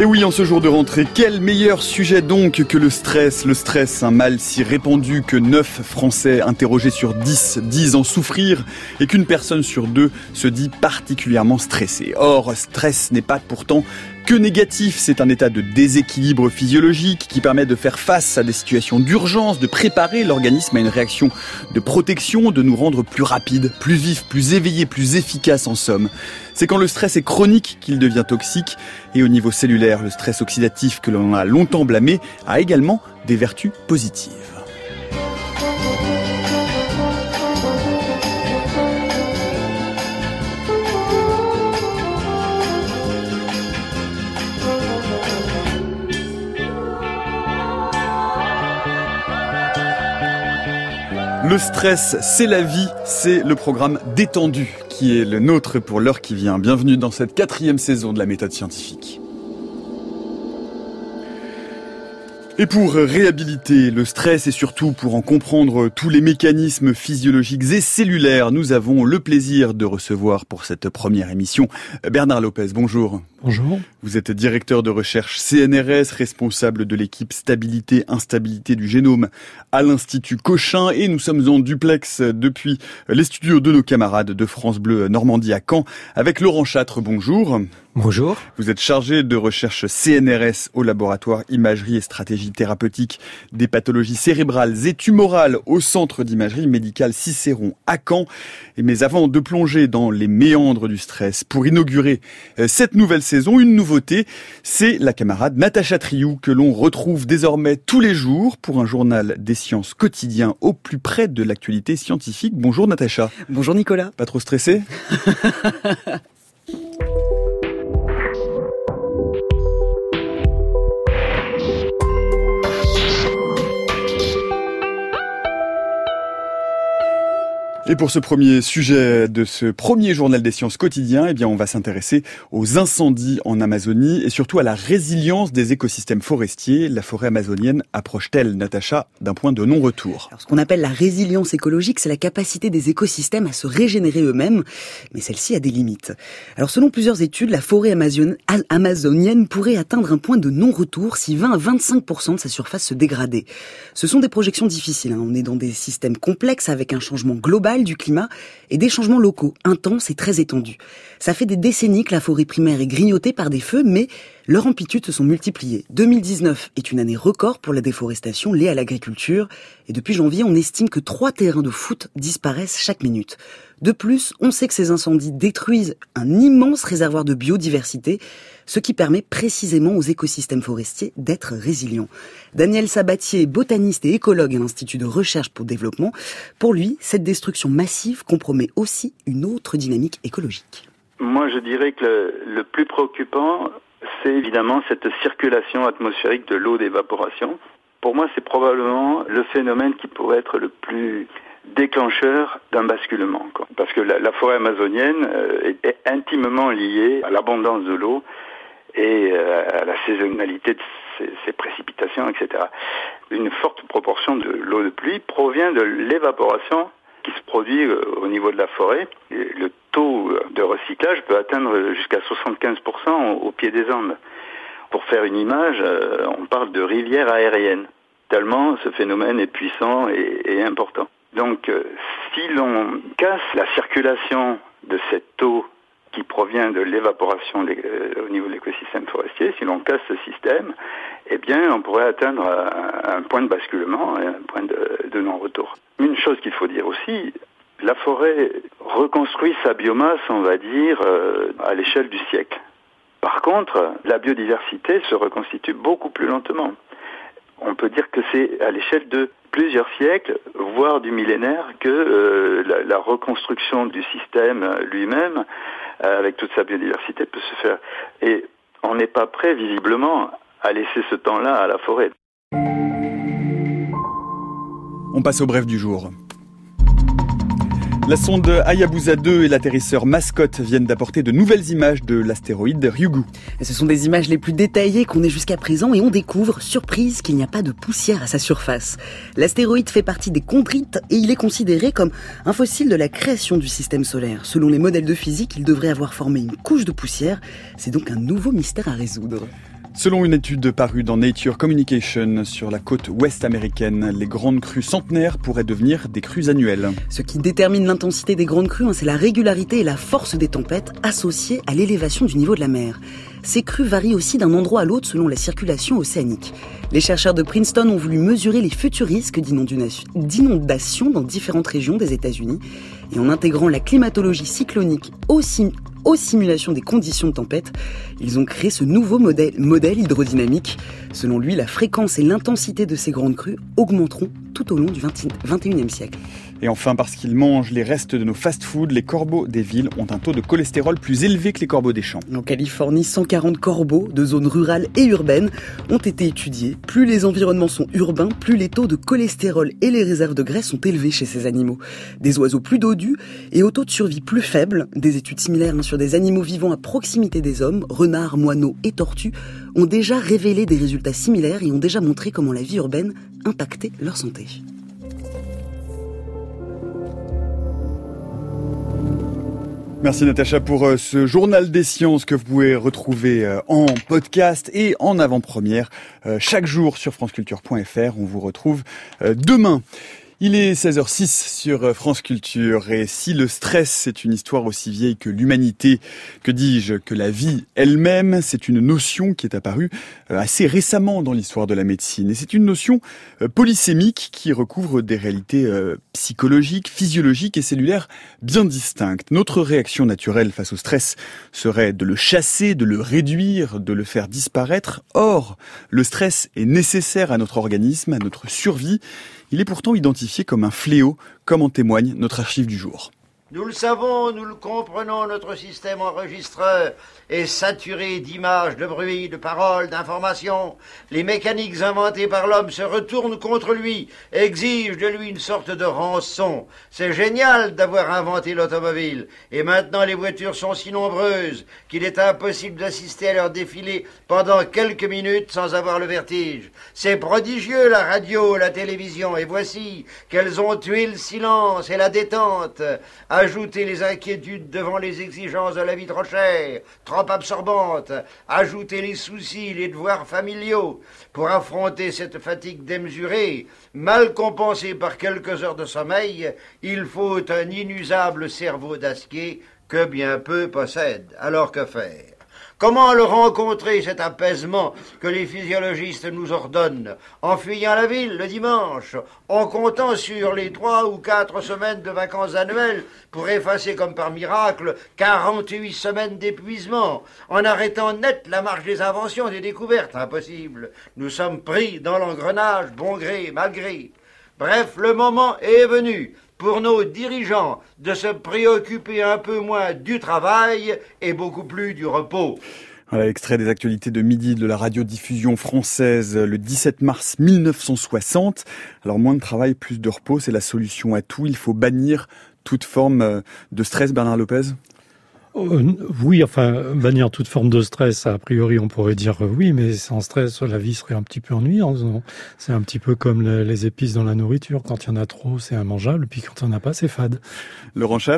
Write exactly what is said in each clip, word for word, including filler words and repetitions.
oui, en ce jour de rentrée, quel meilleur sujet donc que le stress. Le stress, un mal si répandu que neuf Français interrogés sur dix disent en souffrir et qu'une personne sur deux se dit particulièrement stressée. Or, stress n'est pas pourtant que négatif, c'est un état de déséquilibre physiologique qui permet de faire face à des situations d'urgence, de préparer l'organisme à une réaction de protection, de nous rendre plus rapides, plus vifs, plus éveillés, plus efficaces en somme. C'est quand le stress est chronique qu'il devient toxique. Et au niveau cellulaire, le stress oxydatif que l'on a longtemps blâmé a également des vertus positives. Le stress, c'est la vie, c'est le programme Détendu qui est le nôtre pour l'heure qui vient. Bienvenue dans cette quatrième saison de la méthode scientifique. Et pour réhabiliter le stress et surtout pour en comprendre tous les mécanismes physiologiques et cellulaires, nous avons le plaisir de recevoir pour cette première émission Bernard Lopez. Bonjour. Bonjour. Vous êtes directeur de recherche C N R S, responsable de l'équipe stabilité-instabilité du génome à l'Institut Cochin et nous sommes en duplex depuis les studios de nos camarades de France Bleu Normandie à Caen avec Laurent Châtre. Bonjour. Bonjour. Vous êtes chargé de recherche C N R S au laboratoire Imagerie et Stratégie Thérapeutique des pathologies cérébrales et tumorales au Centre d'imagerie médicale Cicéron à Caen. Mais avant de plonger dans les méandres du stress, pour inaugurer cette nouvelle saison, une nouveauté, c'est la camarade Natacha Triou que l'on retrouve désormais tous les jours pour un journal des sciences quotidien au plus près de l'actualité scientifique. Bonjour Natacha. Bonjour Nicolas. Pas trop stressé ? Et pour ce premier sujet de ce premier journal des sciences quotidien, eh bien, on va s'intéresser aux incendies en Amazonie et surtout à la résilience des écosystèmes forestiers. La forêt amazonienne approche-t-elle, Natacha, d'un point de non-retour ? Alors, ce qu'on appelle la résilience écologique, c'est la capacité des écosystèmes à se régénérer eux-mêmes, mais celle-ci a des limites. Alors, selon plusieurs études, la forêt amazonienne pourrait atteindre un point de non-retour si vingt à vingt-cinq pour cent de sa surface se dégradait. Ce sont des projections difficiles, hein. On est dans des systèmes complexes avec un changement global du climat et des changements locaux, intenses et très étendus. Ça fait des décennies que la forêt primaire est grignotée par des feux, mais leurs amplitudes se sont multipliées. deux mille dix-neuf est une année record pour la déforestation liée à l'agriculture, et depuis janvier, on estime que trois terrains de foot disparaissent chaque minute. De plus, on sait que ces incendies détruisent un immense réservoir de biodiversité, ce qui permet précisément aux écosystèmes forestiers d'être résilients. Daniel Sabatier, botaniste et écologue à l'Institut de recherche pour le développement, pour lui, cette destruction massive compromet aussi une autre dynamique écologique. Moi, je dirais que le, le plus préoccupant, c'est évidemment cette circulation atmosphérique de l'eau d'évaporation. Pour moi, c'est probablement le phénomène qui pourrait être le plus déclencheur d'un basculement, quoi. Parce que la, la forêt amazonienne euh, est, est intimement liée à l'abondance de l'eau et euh, à la saisonnalité de ces, ces précipitations, et cetera. Une forte proportion de l'eau de pluie provient de l'évaporation qui se produit euh, au niveau de la forêt. Et le taux de recyclage peut atteindre jusqu'à soixante-quinze pour cent au, au pied des Andes. Pour faire une image, euh, on parle de rivière aérienne, tellement ce phénomène est puissant et, et important. Donc, euh, si l'on casse la circulation de cette eau qui provient de l'évaporation euh, au niveau de l'écosystème forestier, si l'on casse ce système, eh bien, on pourrait atteindre un, un point de basculement, un point de, de non-retour. Une chose qu'il faut dire aussi, la forêt reconstruit sa biomasse, on va dire, euh, à l'échelle du siècle. Par contre, la biodiversité se reconstitue beaucoup plus lentement. On peut dire que c'est à l'échelle de plusieurs siècles, voire du millénaire, que euh, la, la reconstruction du système lui-même, euh, avec toute sa biodiversité, peut se faire. Et on n'est pas prêt, visiblement, à laisser ce temps-là à la forêt. On passe au bref du jour. La sonde Hayabusa deux et l'atterrisseur Mascot viennent d'apporter de nouvelles images de l'astéroïde Ryugu. Ce sont des images les plus détaillées qu'on ait jusqu'à présent et on découvre, surprise, qu'il n'y a pas de poussière à sa surface. L'astéroïde fait partie des chondrites et il est considéré comme un fossile de la création du système solaire. Selon les modèles de physique, il devrait avoir formé une couche de poussière. C'est donc un nouveau mystère à résoudre. Selon une étude parue dans Nature Communication sur la côte ouest américaine, les grandes crues centenaires pourraient devenir des crues annuelles. Ce qui détermine l'intensité des grandes crues, c'est la régularité et la force des tempêtes associées à l'élévation du niveau de la mer. Ces crues varient aussi d'un endroit à l'autre selon la circulation océanique. Les chercheurs de Princeton ont voulu mesurer les futurs risques d'inondation dans différentes régions des États-Unis. Et en intégrant la climatologie cyclonique aussi aux simulations des conditions de tempête, ils ont créé ce nouveau modèle, modèle hydrodynamique. Selon lui, la fréquence et l'intensité de ces grandes crues augmenteront tout au long du vingt et unième siècle. Et enfin, parce qu'ils mangent les restes de nos fast-foods, les corbeaux des villes ont un taux de cholestérol plus élevé que les corbeaux des champs. En Californie, cent quarante corbeaux de zones rurales et urbaines ont été étudiés. Plus les environnements sont urbains, plus les taux de cholestérol et les réserves de graisse sont élevés chez ces animaux. Des oiseaux plus dodus et au taux de survie plus faible, des études similaires sur des animaux vivant à proximité des hommes, renards, moineaux et tortues, ont déjà révélé des résultats similaires et ont déjà montré comment la vie urbaine impactait leur santé. Merci Natacha pour ce journal des sciences que vous pouvez retrouver en podcast et en avant-première chaque jour sur franceculture point f r. On vous retrouve demain. Il est seize heures six sur France Culture et si le stress c'est une histoire aussi vieille que l'humanité, que dis-je, que la vie elle-même, c'est une notion qui est apparue assez récemment dans l'histoire de la médecine. Et c'est une notion polysémique qui recouvre des réalités psychologiques, physiologiques et cellulaires bien distinctes. Notre réaction naturelle face au stress serait de le chasser, de le réduire, de le faire disparaître. Or, le stress est nécessaire à notre organisme, à notre survie. Il est pourtant identifié comme un fléau, comme en témoigne notre archive du jour. Nous le savons, nous le comprenons, notre système enregistreur est saturé d'images, de bruits, de paroles, d'informations. Les mécaniques inventées par l'homme se retournent contre lui, exigent de lui une sorte de rançon. C'est génial d'avoir inventé l'automobile. Et maintenant les voitures sont si nombreuses qu'il est impossible d'assister à leur défilé pendant quelques minutes sans avoir le vertige. C'est prodigieux la radio, la télévision, et voici qu'elles ont tué le silence et la détente. Ajouter les inquiétudes devant les exigences de la vie trop chère, trop absorbante. Ajouter les soucis, les devoirs familiaux. Pour affronter cette fatigue démesurée, mal compensée par quelques heures de sommeil, il faut un inusable cerveau d'acier que bien peu possèdent. Alors que faire ? Comment le rencontrer, cet apaisement que les physiologistes nous ordonnent? En fuyant la ville le dimanche, en comptant sur les trois ou quatre semaines de vacances annuelles pour effacer comme par miracle quarante-huit semaines d'épuisement, en arrêtant net la marche des inventions et des découvertes. Impossible. Nous sommes pris dans l'engrenage, bon gré, mal gré. Bref, le moment est venu pour nos dirigeants de se préoccuper un peu moins du travail et beaucoup plus du repos. Voilà, extrait des actualités de midi de la radiodiffusion française le dix-sept mars mille neuf cent soixante. Alors, moins de travail, plus de repos, c'est la solution à tout. Il faut bannir toute forme de stress, Bernard Lopez ? Euh, oui, enfin, bannir toute forme de stress, a priori, on pourrait dire oui, mais sans stress, la vie serait un petit peu ennuyante. C'est un petit peu comme les épices dans la nourriture. Quand il y en a trop, c'est immangeable, puis quand il n'y en a pas, c'est fade. Laurent Châtre ?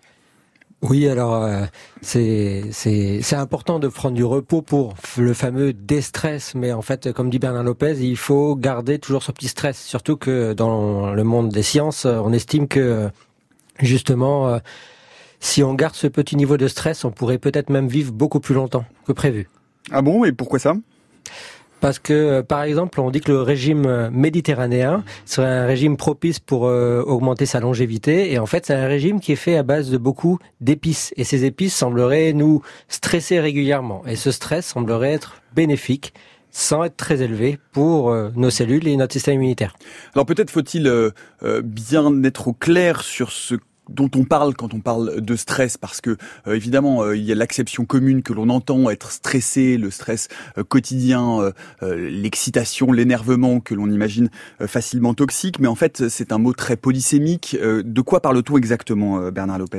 Oui, alors euh, c'est c'est c'est important de prendre du repos pour le fameux déstress, mais en fait, comme dit Bernard Lopez, il faut garder toujours ce petit stress, surtout que dans le monde des sciences, on estime que justement, euh, si on garde ce petit niveau de stress, on pourrait peut-être même vivre beaucoup plus longtemps que prévu. Ah bon, et pourquoi ça ? Parce que, par exemple, on dit que le régime méditerranéen serait un régime propice pour euh, augmenter sa longévité. Et en fait, c'est un régime qui est fait à base de beaucoup d'épices. Et ces épices sembleraient nous stresser régulièrement. Et ce stress semblerait être bénéfique, sans être très élevé pour euh, nos cellules et notre système immunitaire. Alors peut-être faut-il euh, euh, bien être au clair sur ce dont on parle quand on parle de stress, parce que euh, évidemment euh, il y a l'acception commune que l'on entend, être stressé, le stress euh, quotidien, euh, euh, l'excitation, l'énervement que l'on imagine euh, facilement toxique, mais en fait c'est un mot très polysémique. Euh, de quoi parle-t-on exactement, euh, Bernard Lopez ?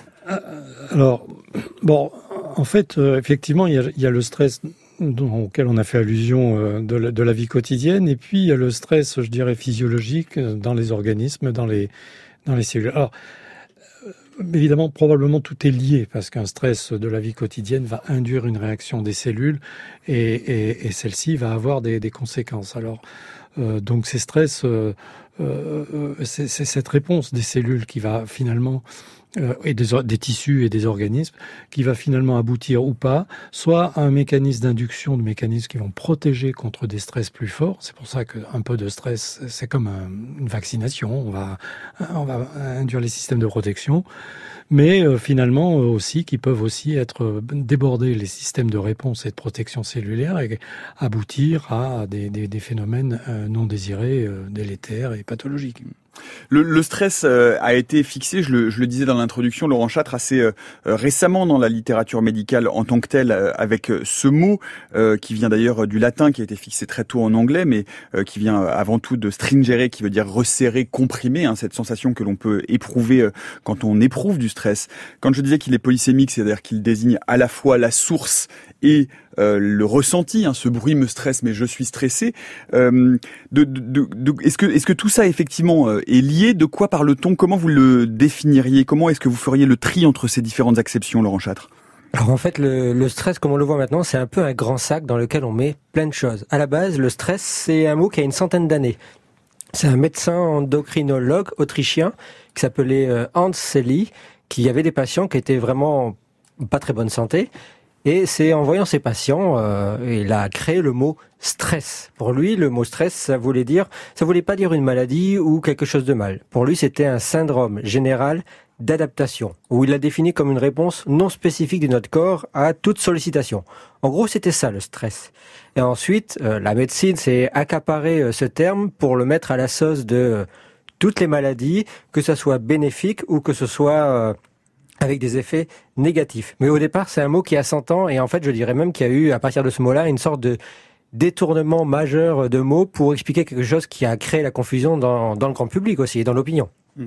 Alors, bon, en fait, euh, effectivement, il y a, il y a le stress auquel on a fait allusion euh, de, la, de la vie quotidienne, et puis il y a le stress, je dirais, physiologique dans les organismes, dans les, dans les cellules. Alors, évidemment, probablement tout est lié, parce qu'un stress de la vie quotidienne va induire une réaction des cellules, et, et, et celle-ci va avoir des, des conséquences. Alors, euh, donc ces stress, euh, euh, c'est, c'est cette réponse des cellules qui va finalement Euh, et des, des tissus et des organismes, qui va finalement aboutir ou pas, soit à un mécanisme d'induction, de mécanismes qui vont protéger contre des stress plus forts. C'est pour ça qu'un peu de stress, c'est comme un, une vaccination. On va, on va induire les systèmes de protection, mais euh, finalement euh, aussi qui peuvent aussi être euh, déborder les systèmes de réponse et de protection cellulaire et aboutir à des, des, des phénomènes euh, non désirés, euh, délétères et pathologiques. Le, le stress euh, a été fixé, je le, je le disais dans l'introduction, Laurent Châtre, assez euh, récemment dans la littérature médicale en tant que telle, euh, avec ce mot euh, qui vient d'ailleurs du latin, qui a été fixé très tôt en anglais, mais euh, qui vient avant tout de stringere, qui veut dire resserrer, comprimer, hein, cette sensation que l'on peut éprouver euh, quand on éprouve du stress. Quand je disais qu'il est polysémique, c'est-à-dire qu'il désigne à la fois la source et euh, le ressenti, hein, ce bruit me stresse, mais je suis stressé. Euh, de, de, de, de, est-ce que, est-ce que tout ça effectivement euh, est lié? De quoi parle-t-on? Comment vous le définiriez? Comment est-ce que vous feriez le tri entre ces différentes acceptions, Laurent Châtre? Alors en fait, le, le stress, comme on le voit maintenant, c'est un peu un grand sac dans lequel on met plein de choses. À la base, le stress, c'est un mot qui a une centaine d'années. C'est un médecin endocrinologue autrichien qui s'appelait euh, Hans Selye, qui avait des patients qui étaient vraiment pas très bonne santé. Et c'est en voyant ces patients, euh, il a créé le mot stress. Pour lui, le mot stress, ça voulait dire, ça voulait pas dire une maladie ou quelque chose de mal. Pour lui, c'était un syndrome général d'adaptation, où il l'a défini comme une réponse non spécifique de notre corps à toute sollicitation. En gros, c'était ça, le stress. Et ensuite, euh, la médecine s'est accaparé euh, ce terme pour le mettre à la sauce de euh, toutes les maladies, que ce soit bénéfique ou que ce soit euh, avec des effets négatifs. Mais au départ, c'est un mot qui a cent ans, et en fait, je dirais même qu'il y a eu, à partir de ce mot-là, une sorte de détournement majeur de mots pour expliquer quelque chose qui a créé la confusion dans, dans le grand public aussi, et dans l'opinion. Mmh.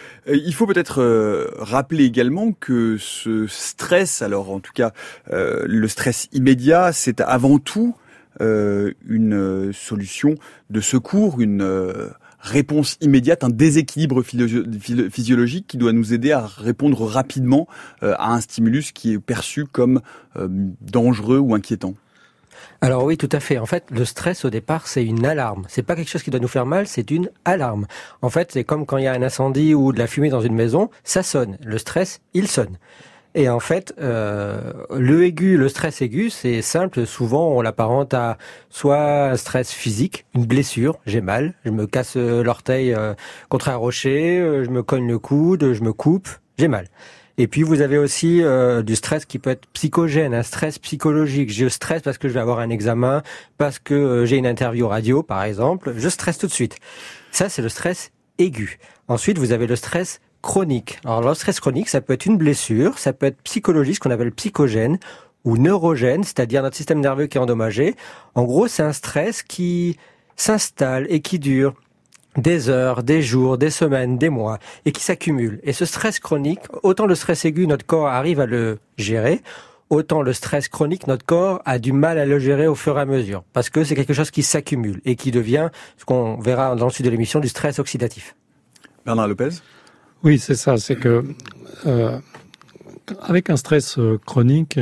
Il faut peut-être euh, rappeler également que ce stress, alors en tout cas euh, le stress immédiat, c'est avant tout euh, une solution de secours, une euh, réponse immédiate, un déséquilibre physiologique qui doit nous aider à répondre rapidement euh, à un stimulus qui est perçu comme euh, dangereux ou inquiétant. Alors oui, tout à fait. En fait, le stress, au départ, c'est une alarme. C'est pas quelque chose qui doit nous faire mal, c'est une alarme. En fait, c'est comme quand il y a un incendie ou de la fumée dans une maison, ça sonne. Le stress, il sonne. Et en fait, euh, le aigu, le stress aigu, c'est simple. Souvent, on l'apparente à soit un stress physique, une blessure, j'ai mal, je me casse l'orteil euh, contre un rocher, euh, je me cogne le coude, je me coupe, j'ai mal. Et puis vous avez aussi euh, du stress qui peut être psychogène, un stress psychologique. Je stresse parce que je vais avoir un examen, parce que euh, j'ai une interview radio, par exemple. Je stresse tout de suite. Ça, c'est le stress aigu. Ensuite, vous avez le stress chronique. Alors, le stress chronique, ça peut être une blessure, ça peut être psychologique, ce qu'on appelle psychogène, ou neurogène, c'est-à-dire notre système nerveux qui est endommagé. En gros, c'est un stress qui s'installe et qui dure des heures, des jours, des semaines, des mois, et qui s'accumule. Et ce stress chronique, autant le stress aigu, notre corps arrive à le gérer, autant le stress chronique, notre corps a du mal à le gérer au fur et à mesure, parce que c'est quelque chose qui s'accumule et qui devient, ce qu'on verra dans le suite de l'émission, du stress oxydatif. Bernard Lopez ? Oui, c'est ça, c'est que euh, avec un stress chronique,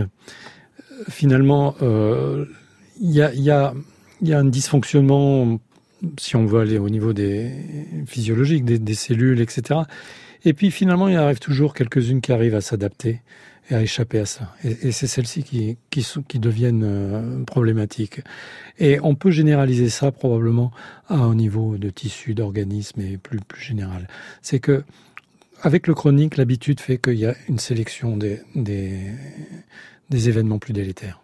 finalement, euh, il y a, y a, y a un dysfonctionnement, si on veut aller au niveau des physiologiques, des, des cellules, et cetera. Et puis finalement, il arrive toujours quelques-unes qui arrivent à s'adapter et à échapper à ça. Et, et c'est celles-ci qui, qui, sont, qui deviennent euh, problématiques. Et on peut généraliser ça probablement à un niveau de tissu, d'organisme et plus, plus général. C'est que avec le chronique, l'habitude fait qu'il y a une sélection des, des, des événements plus délétères.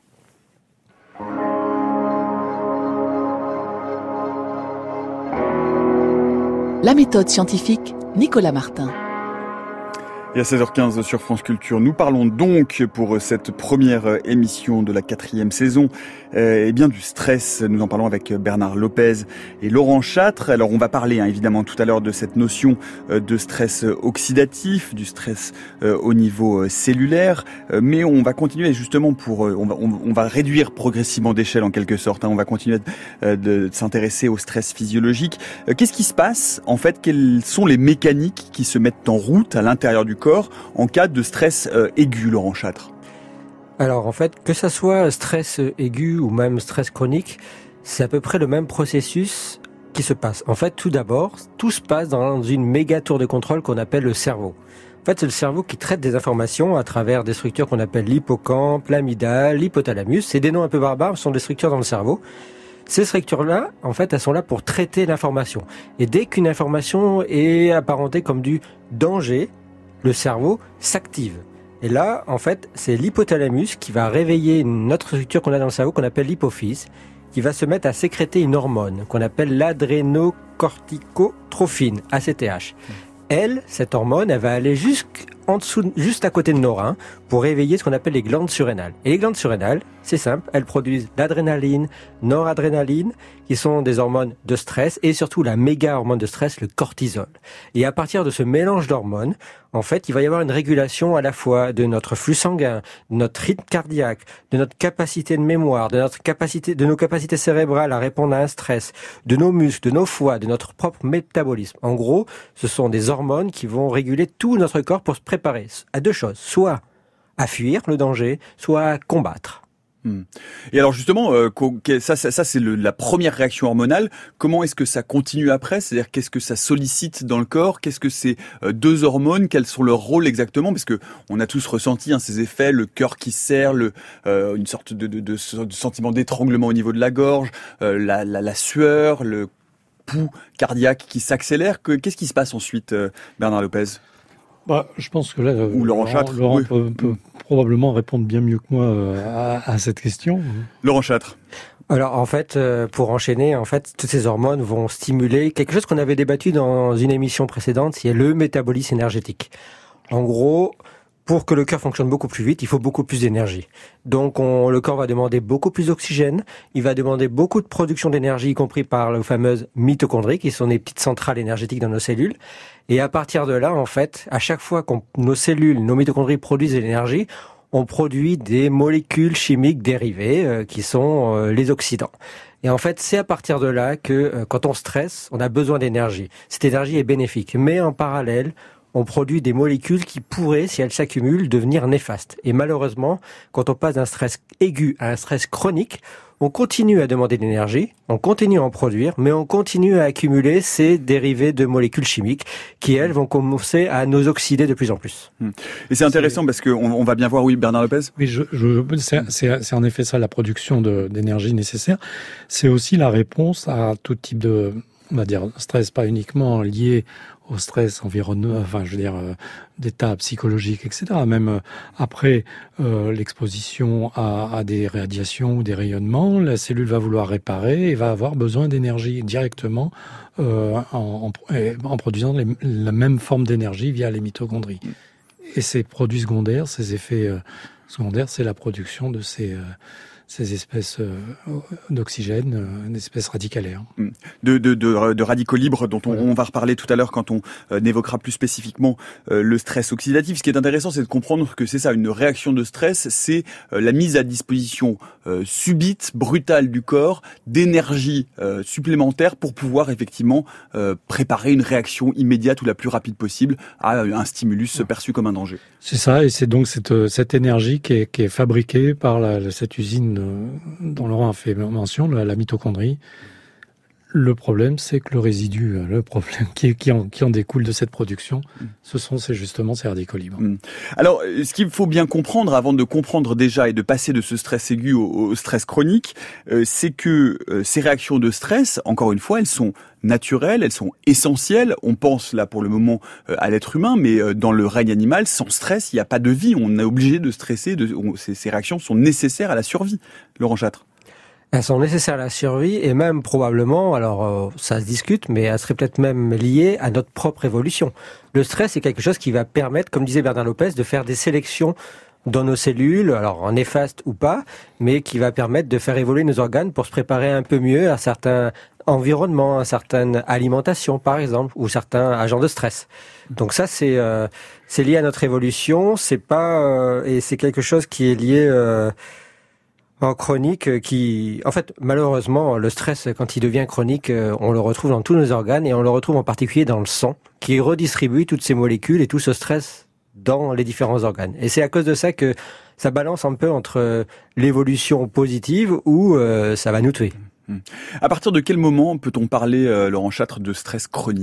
La méthode scientifique, Nicolas Martin. Et à seize heures quinze sur France Culture, nous parlons donc pour cette première émission de la quatrième saison euh, eh bien du stress. Nous en parlons avec Bernard Lopez et Laurent Châtre. Alors on va parler hein, évidemment tout à l'heure de cette notion euh, de stress oxydatif, du stress euh, au niveau euh, cellulaire, euh, mais on va continuer justement pour euh, on, va, on, on va réduire progressivement d'échelle en quelque sorte. Hein, on va continuer euh, de, de s'intéresser au stress physiologique. Euh, qu'est-ce qui se passe en fait? Quelles sont les mécaniques qui se mettent en route à l'intérieur du corps corps en cas de stress euh, aigu, Laurent Châtre? Alors en fait, que ça soit stress aigu ou même stress chronique, c'est à peu près le même processus qui se passe. En fait, tout d'abord, tout se passe dans une méga tour de contrôle qu'on appelle le cerveau. En fait, c'est le cerveau qui traite des informations à travers des structures qu'on appelle l'hippocampe, l'amygdale, l'hypothalamus. C'est des noms un peu barbares, ce sont des structures dans le cerveau. Ces structures-là, en fait, elles sont là pour traiter l'information. Et dès qu'une information est apparentée comme du danger, le cerveau s'active. Et là, en fait, c'est l'hypothalamus qui va réveiller une autre structure qu'on a dans le cerveau qu'on appelle l'hypophyse, qui va se mettre à sécréter une hormone qu'on appelle l'adrénocorticotrophine, A C T H. Elle, cette hormone, elle va aller jusqu'en dessous, juste à côté de nos reins, pour réveiller ce qu'on appelle les glandes surrénales. Et les glandes surrénales, c'est simple, elles produisent l'adrénaline, noradrénaline, qui sont des hormones de stress, et surtout la méga hormone de stress, le cortisol. Et à partir de ce mélange d'hormones, en fait, il va y avoir une régulation à la fois de notre flux sanguin, de notre rythme cardiaque, de notre capacité de mémoire, de notre capacité, de nos capacités cérébrales à répondre à un stress, de nos muscles, de nos foies, de notre propre métabolisme. En gros, ce sont des hormones qui vont réguler tout notre corps pour se préparer à deux choses, soit à fuir le danger, soit à combattre. Hmm. Et alors justement, euh, ça, ça, ça c'est le, la première réaction hormonale. Comment est-ce que ça continue après? C'est-à-dire qu'est-ce que ça sollicite dans le corps? Qu'est-ce que c'est euh, deux hormones? Quels sont leurs rôles exactement? Parce que on a tous ressenti hein, ces effets, le cœur qui serre, le, euh, une sorte de, de, de, de sentiment d'étranglement au niveau de la gorge, euh, la, la, la sueur, le pouls cardiaque qui s'accélère. Que, qu'est-ce qui se passe ensuite, euh, Bernard Lopez? Bah, je pense que là, Ou Laurent Châtre, Laurent oui. peut, peut probablement répondre bien mieux que moi euh, à, à cette question. Laurent Châtre. Alors en fait, euh, pour enchaîner, en fait, toutes ces hormones vont stimuler quelque chose qu'on avait débattu dans une émission précédente, c'est le métabolisme énergétique. En gros, pour que le cœur fonctionne beaucoup plus vite, il faut beaucoup plus d'énergie. Donc on, le corps va demander beaucoup plus d'oxygène, il va demander beaucoup de production d'énergie, y compris par les fameuses mitochondries, qui sont des petites centrales énergétiques dans nos cellules. Et à partir de là, en fait, à chaque fois que nos cellules, nos mitochondries produisent de l'énergie, on produit des molécules chimiques dérivées, euh, qui sont euh, les oxydants. Et en fait, c'est à partir de là que, euh, quand on stresse, on a besoin d'énergie. Cette énergie est bénéfique. Mais en parallèle, on produit des molécules qui pourraient, si elles s'accumulent, devenir néfastes. Et malheureusement, quand on passe d'un stress aigu à un stress chronique, on continue à demander de l'énergie, on continue à en produire, mais on continue à accumuler ces dérivés de molécules chimiques qui, elles, vont commencer à nous oxyder de plus en plus. Et c'est intéressant parce qu'on on va bien voir, oui, Bernard Lopez. Oui, je, je, c'est, c'est, c'est en effet ça, la production de, d'énergie nécessaire. C'est aussi la réponse à tout type de, on va dire, stress, pas uniquement lié au stress environnemental, enfin, je veux dire, euh, d'état psychologique, et cetera. Même euh, après euh, l'exposition à, à des radiations ou des rayonnements, la cellule va vouloir réparer et va avoir besoin d'énergie directement euh, en, en, en produisant les, la même forme d'énergie via les mitochondries. Et ces produits secondaires, ces effets euh, secondaires, c'est la production de ces... Euh, ces espèces euh, d'oxygène, euh, d'espèces radicalaires. De, de, de, de radicaux libres dont on, on va reparler tout à l'heure quand on euh, évoquera plus spécifiquement euh, le stress oxydatif. Ce qui est intéressant, c'est de comprendre que c'est ça, une réaction de stress, c'est euh, la mise à disposition euh, subite, brutale du corps, d'énergie euh, supplémentaire pour pouvoir effectivement euh, préparer une réaction immédiate ou la plus rapide possible à un stimulus ouais. perçu comme un danger. C'est ça, et c'est donc cette, cette énergie qui est, qui est fabriquée par la, cette usine dont Laurent a fait mention, la, la mitochondrie. Le problème, c'est que le résidu, le problème qui, qui, en, qui en découle de cette production, ce sont c'est justement ces radicaux libres. Alors, ce qu'il faut bien comprendre, avant de comprendre déjà et de passer de ce stress aigu au, au stress chronique, euh, c'est que euh, ces réactions de stress, encore une fois, elles sont naturelles, elles sont essentielles. On pense là pour le moment euh, à l'être humain, mais euh, dans le règne animal, sans stress, il n'y a pas de vie. On est obligé de stresser. De, on, ces, ces réactions sont nécessaires à la survie. Laurent Châtre. Elles sont nécessaires à la survie et même probablement, alors euh, ça se discute, mais elles seraient peut-être même liées à notre propre évolution. Le stress est quelque chose qui va permettre, comme disait Bernard Lopez, de faire des sélections dans nos cellules, alors en néfaste ou pas, mais qui va permettre de faire évoluer nos organes pour se préparer un peu mieux à certains environnements, à certaines alimentations par exemple, ou certains agents de stress. Donc ça c'est euh, c'est lié à notre évolution, c'est pas euh, et c'est quelque chose qui est lié euh, en chronique qui, en fait, malheureusement, le stress, quand il devient chronique, on le retrouve dans tous nos organes et on le retrouve en particulier dans le sang, qui redistribue toutes ces molécules et tout ce stress dans les différents organes. Et c'est à cause de ça que ça balance un peu entre l'évolution positive ou euh, ça va nous tuer. À partir de quel moment peut-on parler, euh, Laurent Châtre, de stress chronique ?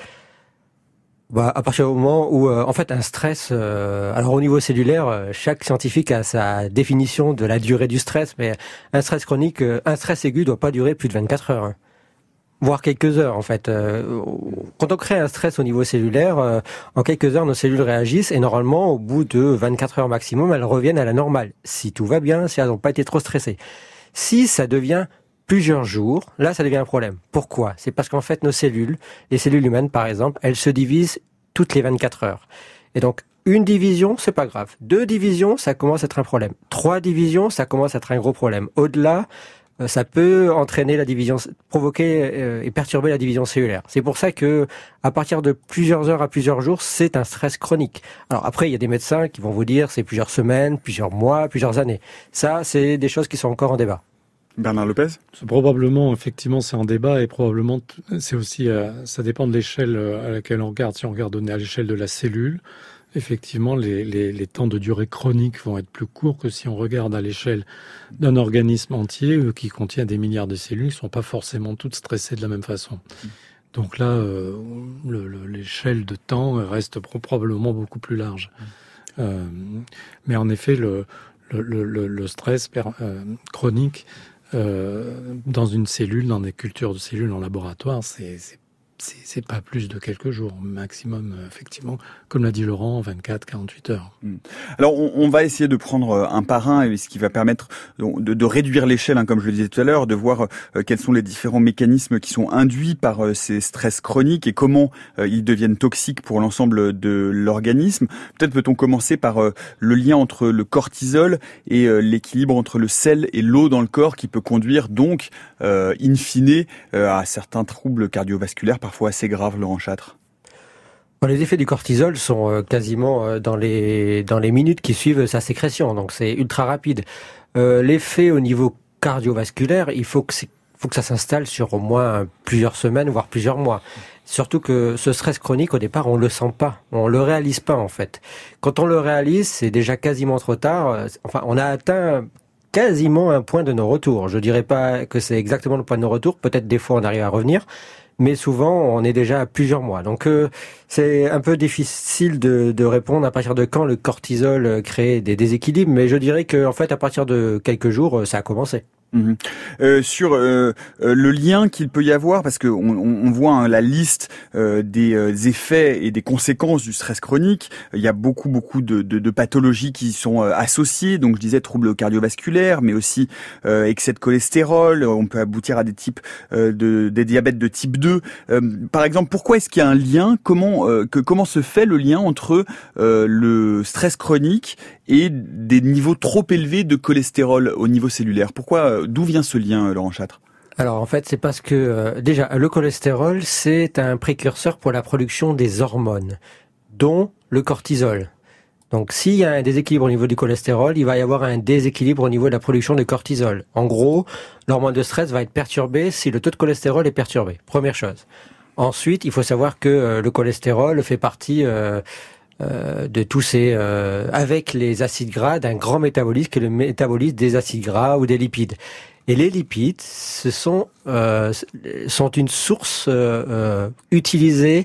Bah, à partir du moment où, euh, en fait, un stress, euh, alors au niveau cellulaire, euh, chaque scientifique a sa définition de la durée du stress, mais un stress chronique, euh, un stress aigu doit pas durer plus de vingt-quatre heures, hein, voire quelques heures, en fait. Euh, quand on crée un stress au niveau cellulaire, euh, en quelques heures, nos cellules réagissent et normalement, au bout de vingt-quatre heures maximum, elles reviennent à la normale, si tout va bien, si elles n'ont pas été trop stressées. Si ça devient plusieurs jours, là, ça devient un problème. Pourquoi ? C'est parce qu'en fait, nos cellules, les cellules humaines, par exemple, elles se divisent toutes les vingt-quatre heures. Et donc, une division, c'est pas grave. Deux divisions, ça commence à être un problème. Trois divisions, ça commence à être un gros problème. Au-delà, ça peut entraîner la division, provoquer euh, et perturber la division cellulaire. C'est pour ça que, à partir de plusieurs heures à plusieurs jours, c'est un stress chronique. Alors après, il y a des médecins qui vont vous dire c'est plusieurs semaines, plusieurs mois, plusieurs années. Ça, c'est des choses qui sont encore en débat. Bernard Lopez ? C'est probablement, effectivement, c'est en débat et probablement, c'est aussi, euh, ça dépend de l'échelle à laquelle on regarde. Si on regarde à l'échelle de la cellule, effectivement, les, les, les temps de durée chronique vont être plus courts que si on regarde à l'échelle d'un organisme entier euh, qui contient des milliards de cellules qui ne sont pas forcément toutes stressées de la même façon. Donc là, euh, le, le, l'échelle de temps reste probablement beaucoup plus large. Euh, mais en effet, le, le, le, le stress per, euh, chronique Euh, dans une cellule, dans des cultures de cellules en laboratoire, c'est, c'est, c'est, c'est pas plus de quelques jours, maximum, effectivement, comme l'a dit Laurent, vingt-quatre à quarante-huit heures. Alors, on, on va essayer de prendre un par un, ce qui va permettre de, de réduire l'échelle, hein, comme je le disais tout à l'heure, de voir euh, quels sont les différents mécanismes qui sont induits par euh, ces stress chroniques et comment euh, ils deviennent toxiques pour l'ensemble de l'organisme. Peut-être peut-on commencer par euh, le lien entre le cortisol et euh, l'équilibre entre le sel et l'eau dans le corps qui peut conduire donc, euh, in fine, euh, à certains troubles cardiovasculaires parfois assez graves, Laurent Châtre. Les effets du cortisol sont quasiment dans les dans les minutes qui suivent sa sécrétion, donc c'est ultra rapide. Euh, l'effet au niveau cardiovasculaire, il faut que c'est, faut que ça s'installe sur au moins plusieurs semaines, voire plusieurs mois. Surtout que ce stress chronique, au départ, on le sent pas, on le réalise pas en fait. Quand on le réalise, c'est déjà quasiment trop tard. Enfin, on a atteint quasiment un point de non-retour. Je dirais pas que c'est exactement le point de non-retour. Peut-être des fois on arrive à revenir. Mais souvent, on est déjà à plusieurs mois. Donc, euh, c'est un peu difficile de, de répondre à partir de quand le cortisol crée des déséquilibres. Mais je dirais que, en fait, à partir de quelques jours, ça a commencé. Mmh. Euh, sur euh, euh, le lien qu'il peut y avoir, parce que on, on voit hein, la liste euh, des euh, effets et des conséquences du stress chronique. Il y a beaucoup beaucoup de, de, de pathologies qui sont euh, associées. Donc je disais troubles cardiovasculaires, mais aussi euh, excès de cholestérol. On peut aboutir à des types euh, de des diabètes de type deux. Euh, par exemple, pourquoi est-ce qu'il y a un lien ? Comment euh, que comment se fait le lien entre euh, le stress chronique et des niveaux trop élevés de cholestérol au niveau cellulaire ? Pourquoi ? D'où vient ce lien, Laurent Châtre ? Alors en fait, c'est parce que euh, déjà le cholestérol, c'est un précurseur pour la production des hormones, dont le cortisol. Donc s'il y a un déséquilibre au niveau du cholestérol, il va y avoir un déséquilibre au niveau de la production de cortisol. En gros, l'hormone de stress va être perturbée si le taux de cholestérol est perturbé. Première chose. Ensuite, il faut savoir que euh, le cholestérol fait partie euh, euh, de tous ces, euh, avec les acides gras, d'un grand métabolisme qui est le métabolisme des acides gras ou des lipides. Et les lipides, ce sont euh, sont une source euh, euh, utilisée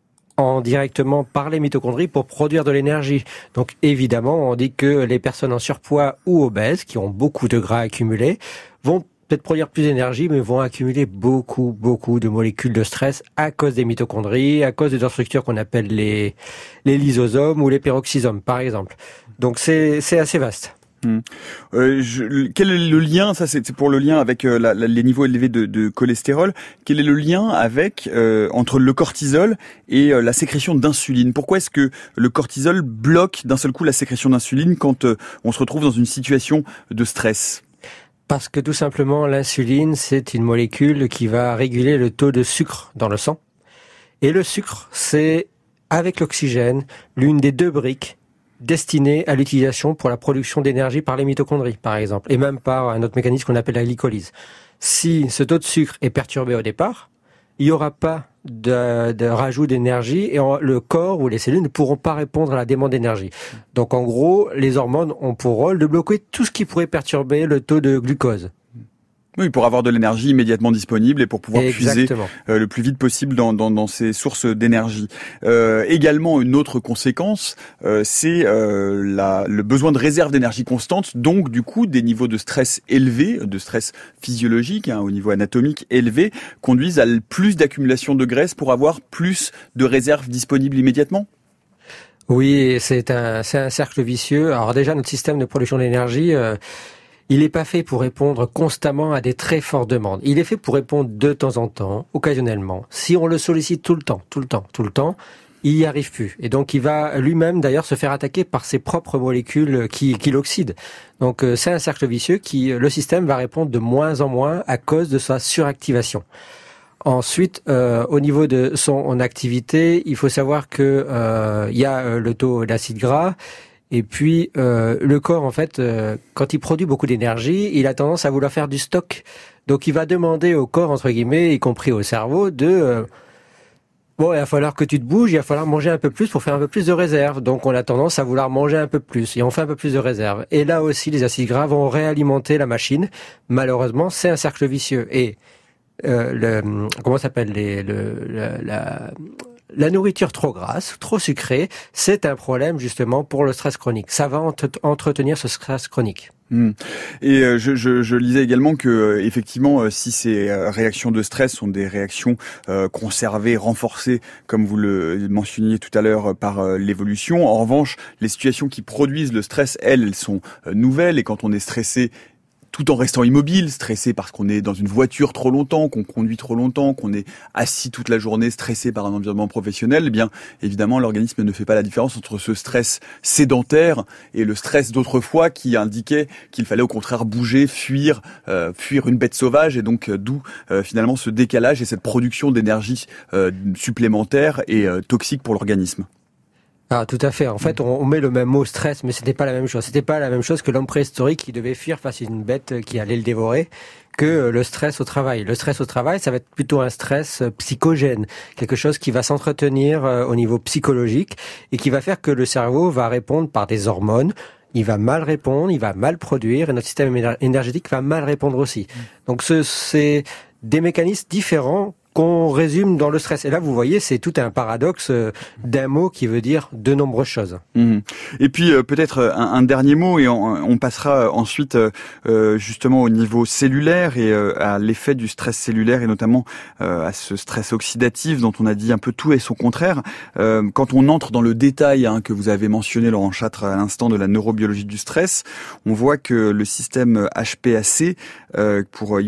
en directement par les mitochondries pour produire de l'énergie. Donc évidemment, on dit que les personnes en surpoids ou obèses, qui ont beaucoup de gras accumulés, vont peut-être produire plus d'énergie, mais vont accumuler beaucoup, beaucoup de molécules de stress à cause des mitochondries, à cause des structures qu'on appelle les, les lysosomes ou les peroxysomes, par exemple. Donc c'est, c'est assez vaste. Hum. Euh, je, quel est le lien, ça c'est pour le lien avec euh, la, la, les niveaux élevés de, de cholestérol, quel est le lien avec euh, entre le cortisol et euh, la sécrétion d'insuline ? Pourquoi est-ce que le cortisol bloque d'un seul coup la sécrétion d'insuline quand euh, on se retrouve dans une situation de stress ? Parce que tout simplement, l'insuline, c'est une molécule qui va réguler le taux de sucre dans le sang. Et le sucre, c'est, avec l'oxygène, l'une des deux briques destinées à l'utilisation pour la production d'énergie par les mitochondries, par exemple, et même par un autre mécanisme qu'on appelle la glycolyse. Si ce taux de sucre est perturbé au départ, il n'y aura pas de, de rajout d'énergie et en, le corps ou les cellules ne pourront pas répondre à la demande d'énergie. Donc en gros, les hormones ont pour rôle de bloquer tout ce qui pourrait perturber le taux de glucose. Oui, pour avoir de l'énergie immédiatement disponible et pour pouvoir Exactement. puiser euh, le plus vite possible dans, dans, dans ces sources d'énergie. Euh, également, une autre conséquence, euh, c'est euh, la, le besoin de réserve d'énergie constante, donc du coup des niveaux de stress élevés, de stress physiologique, hein, au niveau anatomique élevé, conduisent à plus d'accumulation de graisse pour avoir plus de réserves disponibles immédiatement. Oui, c'est un, c'est un cercle vicieux. Alors déjà, notre système de production d'énergie... Euh, il n'est pas fait pour répondre constamment à des très fortes demandes. Il est fait pour répondre de temps en temps, occasionnellement. Si on le sollicite tout le temps, tout le temps, tout le temps, il n'y arrive plus. Et donc il va lui-même d'ailleurs se faire attaquer par ses propres molécules qui, qui l'oxydent. Donc euh, c'est un cercle vicieux qui, le système va répondre de moins en moins à cause de sa suractivation. Ensuite, euh, au niveau de son activité, il faut savoir que euh, il y a le taux d'acide gras. Et puis, euh, le corps, en fait, euh, quand il produit beaucoup d'énergie, il a tendance à vouloir faire du stock. Donc, il va demander au corps, entre guillemets, y compris au cerveau, de... Euh, bon, il va falloir que tu te bouges, il va falloir manger un peu plus pour faire un peu plus de réserve. Donc, on a tendance à vouloir manger un peu plus et on fait un peu plus de réserve. Et là aussi, les acides gras vont réalimenter la machine. Malheureusement, c'est un cercle vicieux. Et euh, le comment ça s'appelle les le la, la La nourriture trop grasse, trop sucrée, c'est un problème justement pour le stress chronique. Ça va entretenir ce stress chronique. Mmh. Et euh, je, je, je lisais également que euh, effectivement, euh, si ces euh, réactions de stress sont des réactions euh, conservées, renforcées, comme vous le mentionniez tout à l'heure, euh, par euh, l'évolution, en revanche, les situations qui produisent le stress, elles, elles sont euh, nouvelles. Et quand on est stressé, tout en restant immobile, stressé parce qu'on est dans une voiture trop longtemps, qu'on conduit trop longtemps, qu'on est assis toute la journée, stressé par un environnement professionnel, eh bien, évidemment, l'organisme ne fait pas la différence entre ce stress sédentaire et le stress d'autrefois qui indiquait qu'il fallait au contraire bouger, fuir, euh, fuir une bête sauvage, et donc euh, d'où euh, finalement ce décalage et cette production d'énergie euh, supplémentaire et euh, toxique pour l'organisme. Ah, tout à fait. En fait, on, on met le même mot stress, mais c'était pas la même chose. C'était pas la même chose que l'homme préhistorique qui devait fuir face à une bête qui allait le dévorer, que le stress au travail. Le stress au travail, ça va être plutôt un stress psychogène, quelque chose qui va s'entretenir au niveau psychologique et qui va faire que le cerveau va répondre par des hormones. Il va mal répondre, il va mal produire, et notre système énergétique va mal répondre aussi. Donc, ce, c'est des mécanismes différents qu'on résume dans le stress. Et là, vous voyez, c'est tout un paradoxe d'un mot qui veut dire de nombreuses choses. Mmh. Et puis, euh, peut-être un, un dernier mot, et on, on passera ensuite euh, justement au niveau cellulaire et euh, à l'effet du stress cellulaire, et notamment euh, à ce stress oxydatif dont on a dit un peu tout et son contraire. Euh, quand on entre dans le détail hein, que vous avez mentionné, Laurent Châtre, à l'instant de la neurobiologie du stress, on voit que le système H P A C, euh, pour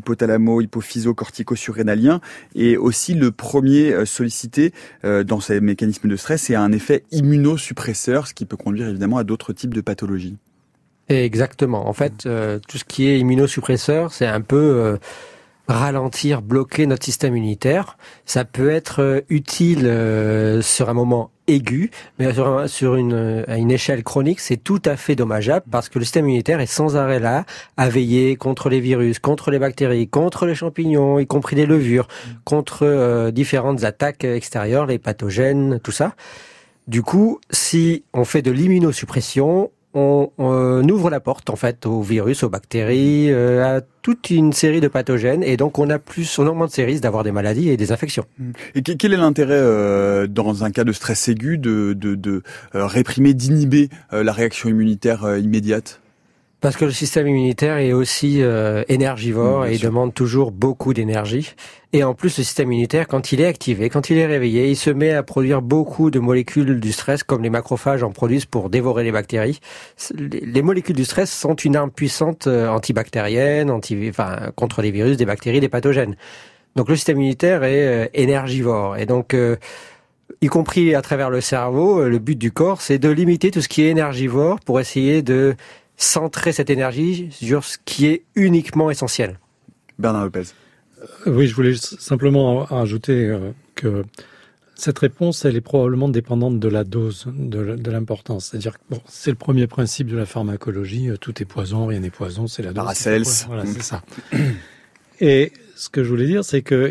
hypothalamo-hypophyso-cortico-surrénalien, est aussi le premier sollicité euh, dans ces mécanismes de stress et a un effet immunosuppresseur, ce qui peut conduire évidemment à d'autres types de pathologies. Exactement. En fait, euh, tout ce qui est immunosuppresseur, c'est un peu euh, ralentir, bloquer notre système immunitaire. Ça peut être euh, utile euh, sur un moment aigu, mais sur, sur une, à une échelle chronique, c'est tout à fait dommageable parce que le système immunitaire est sans arrêt là à veiller contre les virus, contre les bactéries, contre les champignons, y compris les levures, contre euh, différentes attaques extérieures, les pathogènes, tout ça. Du coup, si on fait de l'immunosuppression, on, on ouvre la porte en fait aux virus, aux bactéries, euh, à toute une série de pathogènes, et donc on a plus, on augmente ses risques d'avoir des maladies et des infections. Et quel est l'intérêt euh, dans un cas de stress aigu de, de, de euh, réprimer, d'inhiber euh, la réaction immunitaire euh, immédiate ? Parce que le système immunitaire est aussi euh, énergivore mmh, et il demande toujours beaucoup d'énergie. Et en plus, le système immunitaire, quand il est activé, quand il est réveillé, il se met à produire beaucoup de molécules du stress, comme les macrophages en produisent pour dévorer les bactéries. Les molécules du stress sont une arme puissante antibactérienne, anti, enfin, contre les virus, des bactéries, des pathogènes. Donc le système immunitaire est euh, énergivore. Et donc, euh, y compris à travers le cerveau, le but du corps, c'est de limiter tout ce qui est énergivore pour essayer de centrer cette énergie sur ce qui est uniquement essentiel. Bernard Lopez. Euh, oui, je voulais simplement ajouter euh, que cette réponse, elle est probablement dépendante de la dose, de, de l'importance. C'est-à-dire que bon, c'est le premier principe de la pharmacologie, tout est poison, rien n'est poison, c'est la dose. Paracels. Voilà, c'est ça. Et ce que je voulais dire, c'est que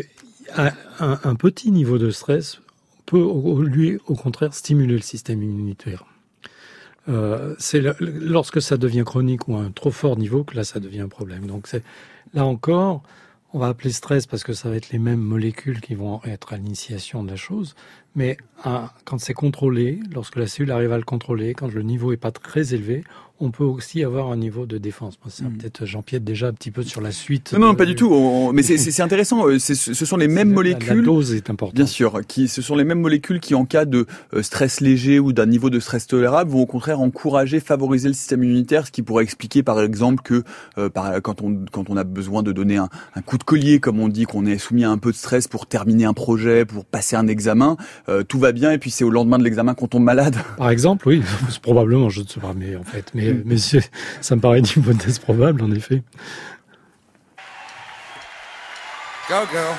un, un petit niveau de stress peut, lui, au contraire, stimuler le système immunitaire. Euh, c'est le, lorsque ça devient chronique ou à un trop fort niveau que là, ça devient un problème. Donc, c'est, là encore, on va appeler stress parce que ça va être les mêmes molécules qui vont être à l'initiation de la chose. Mais hein, quand c'est contrôlé, lorsque la cellule arrive à le contrôler, quand le niveau est pas très élevé, on peut aussi avoir un niveau de défense. Moi, c'est mmh. peut-être j'empiète déjà un petit peu sur la suite. Non, non, de... pas du tout. On... Mais c'est, c'est, c'est intéressant. C'est, ce sont les mêmes la, molécules. La dose est importante. Bien sûr. Qui, ce sont les mêmes molécules qui, en cas de stress léger ou d'un niveau de stress tolérable, vont au contraire encourager, favoriser le système immunitaire, ce qui pourrait expliquer, par exemple, que euh, par, quand on quand on a besoin de donner un, un coup de collier, comme on dit, qu'on est soumis à un peu de stress pour terminer un projet, pour passer un examen, euh, tout va bien, et puis c'est au lendemain de l'examen qu'on tombe malade. Par exemple, oui, probablement, je ne sais pas, mais en fait, mais mais c'est, ça me paraît une hypothèse probable, en effet. Go, girl.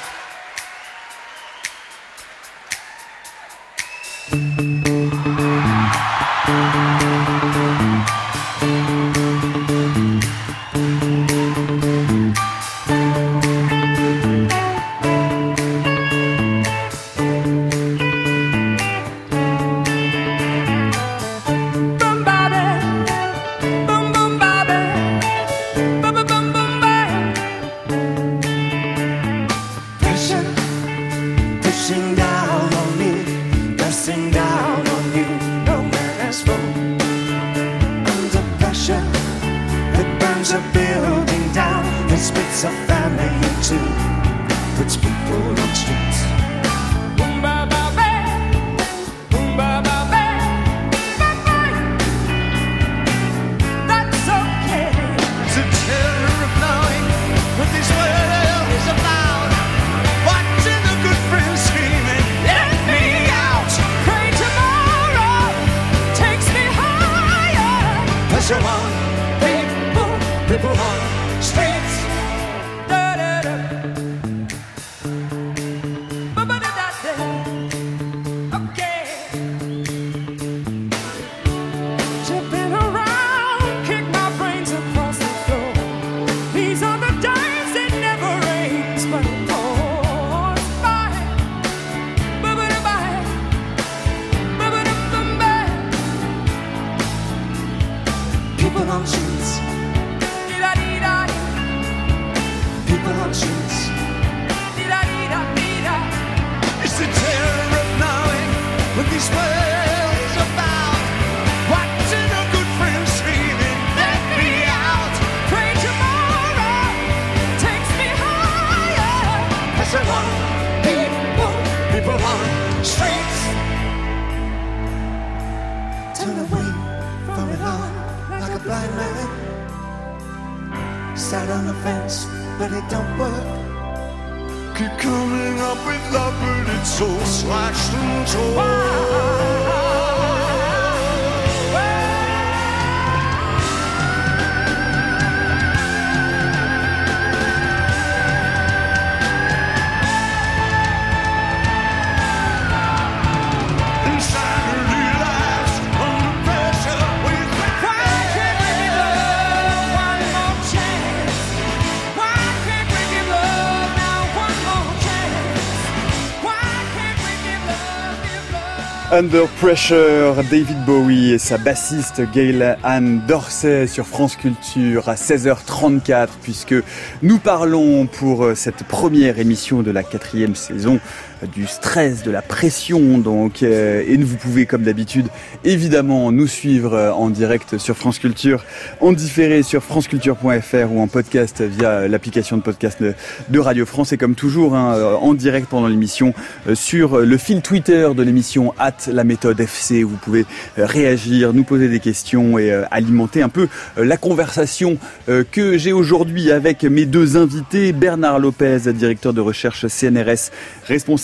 Under Pressure, David Bowie et sa bassiste Gail Ann Dorsey sur France Culture à seize heures trente-quatre, puisque nous parlons pour cette première émission de la quatrième saison du stress, de la pression, donc, euh, et vous pouvez, comme d'habitude, évidemment, nous suivre en direct sur France Culture, en différé sur franceculture point f r ou en podcast via l'application de podcast de, de Radio France, et comme toujours, hein, en direct pendant l'émission, euh, sur le fil Twitter de l'émission at la méthode F C, où vous pouvez euh, réagir, nous poser des questions et euh, alimenter un peu euh, la conversation euh, que j'ai aujourd'hui avec mes deux invités, Bernard Lopez, directeur de recherche C N R S, responsable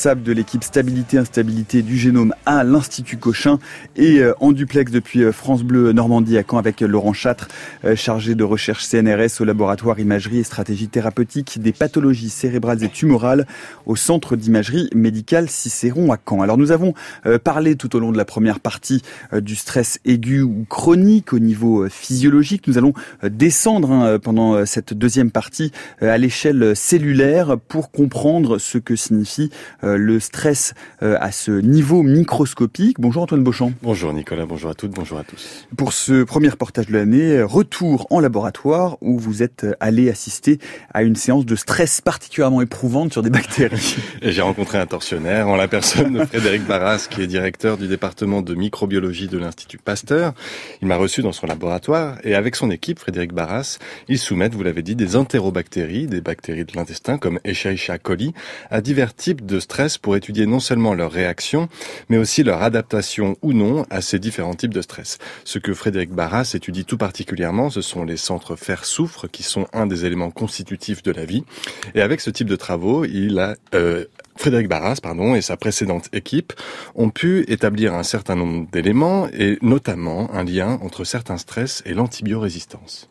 responsable de l'équipe stabilité-instabilité du génome à l'Institut Cochin et en duplex depuis France Bleu Normandie à Caen avec Laurent Châtre, chargé de recherche C N R S au laboratoire imagerie et stratégie thérapeutique des pathologies cérébrales et tumorales au centre d'imagerie médicale Cicéron à Caen. Alors nous avons parlé tout au long de la première partie du stress aigu ou chronique au niveau physiologique. Nous allons descendre hein, pendant cette deuxième partie à l'échelle cellulaire pour comprendre ce que signifie euh, le stress euh, à ce niveau microscopique. Bonjour Antoine Beauchamp. Bonjour Nicolas, bonjour à toutes, bonjour à tous. Pour ce premier reportage de l'année, retour en laboratoire où vous êtes allé assister à une séance de stress particulièrement éprouvante sur des bactéries. Et j'ai rencontré un tortionnaire en la personne de Frédéric Barras, qui est directeur du département de microbiologie de l'Institut Pasteur. Il m'a reçu dans son laboratoire et avec son équipe, Frédéric Barras, ils soumettent, vous l'avez dit, des entérobactéries, des bactéries de l'intestin comme Escherichia coli, à divers types de stress pour étudier non seulement leurs réactions, mais aussi leur adaptation ou non à ces différents types de stress. Ce que Frédéric Barras étudie tout particulièrement, ce sont les centres fer-soufre, qui sont un des éléments constitutifs de la vie. Et avec ce type de travaux, il a... Euh, Frédéric Barras, pardon, et sa précédente équipe ont pu établir un certain nombre d'éléments, et notamment un lien entre certains stress et l'antibiorésistance.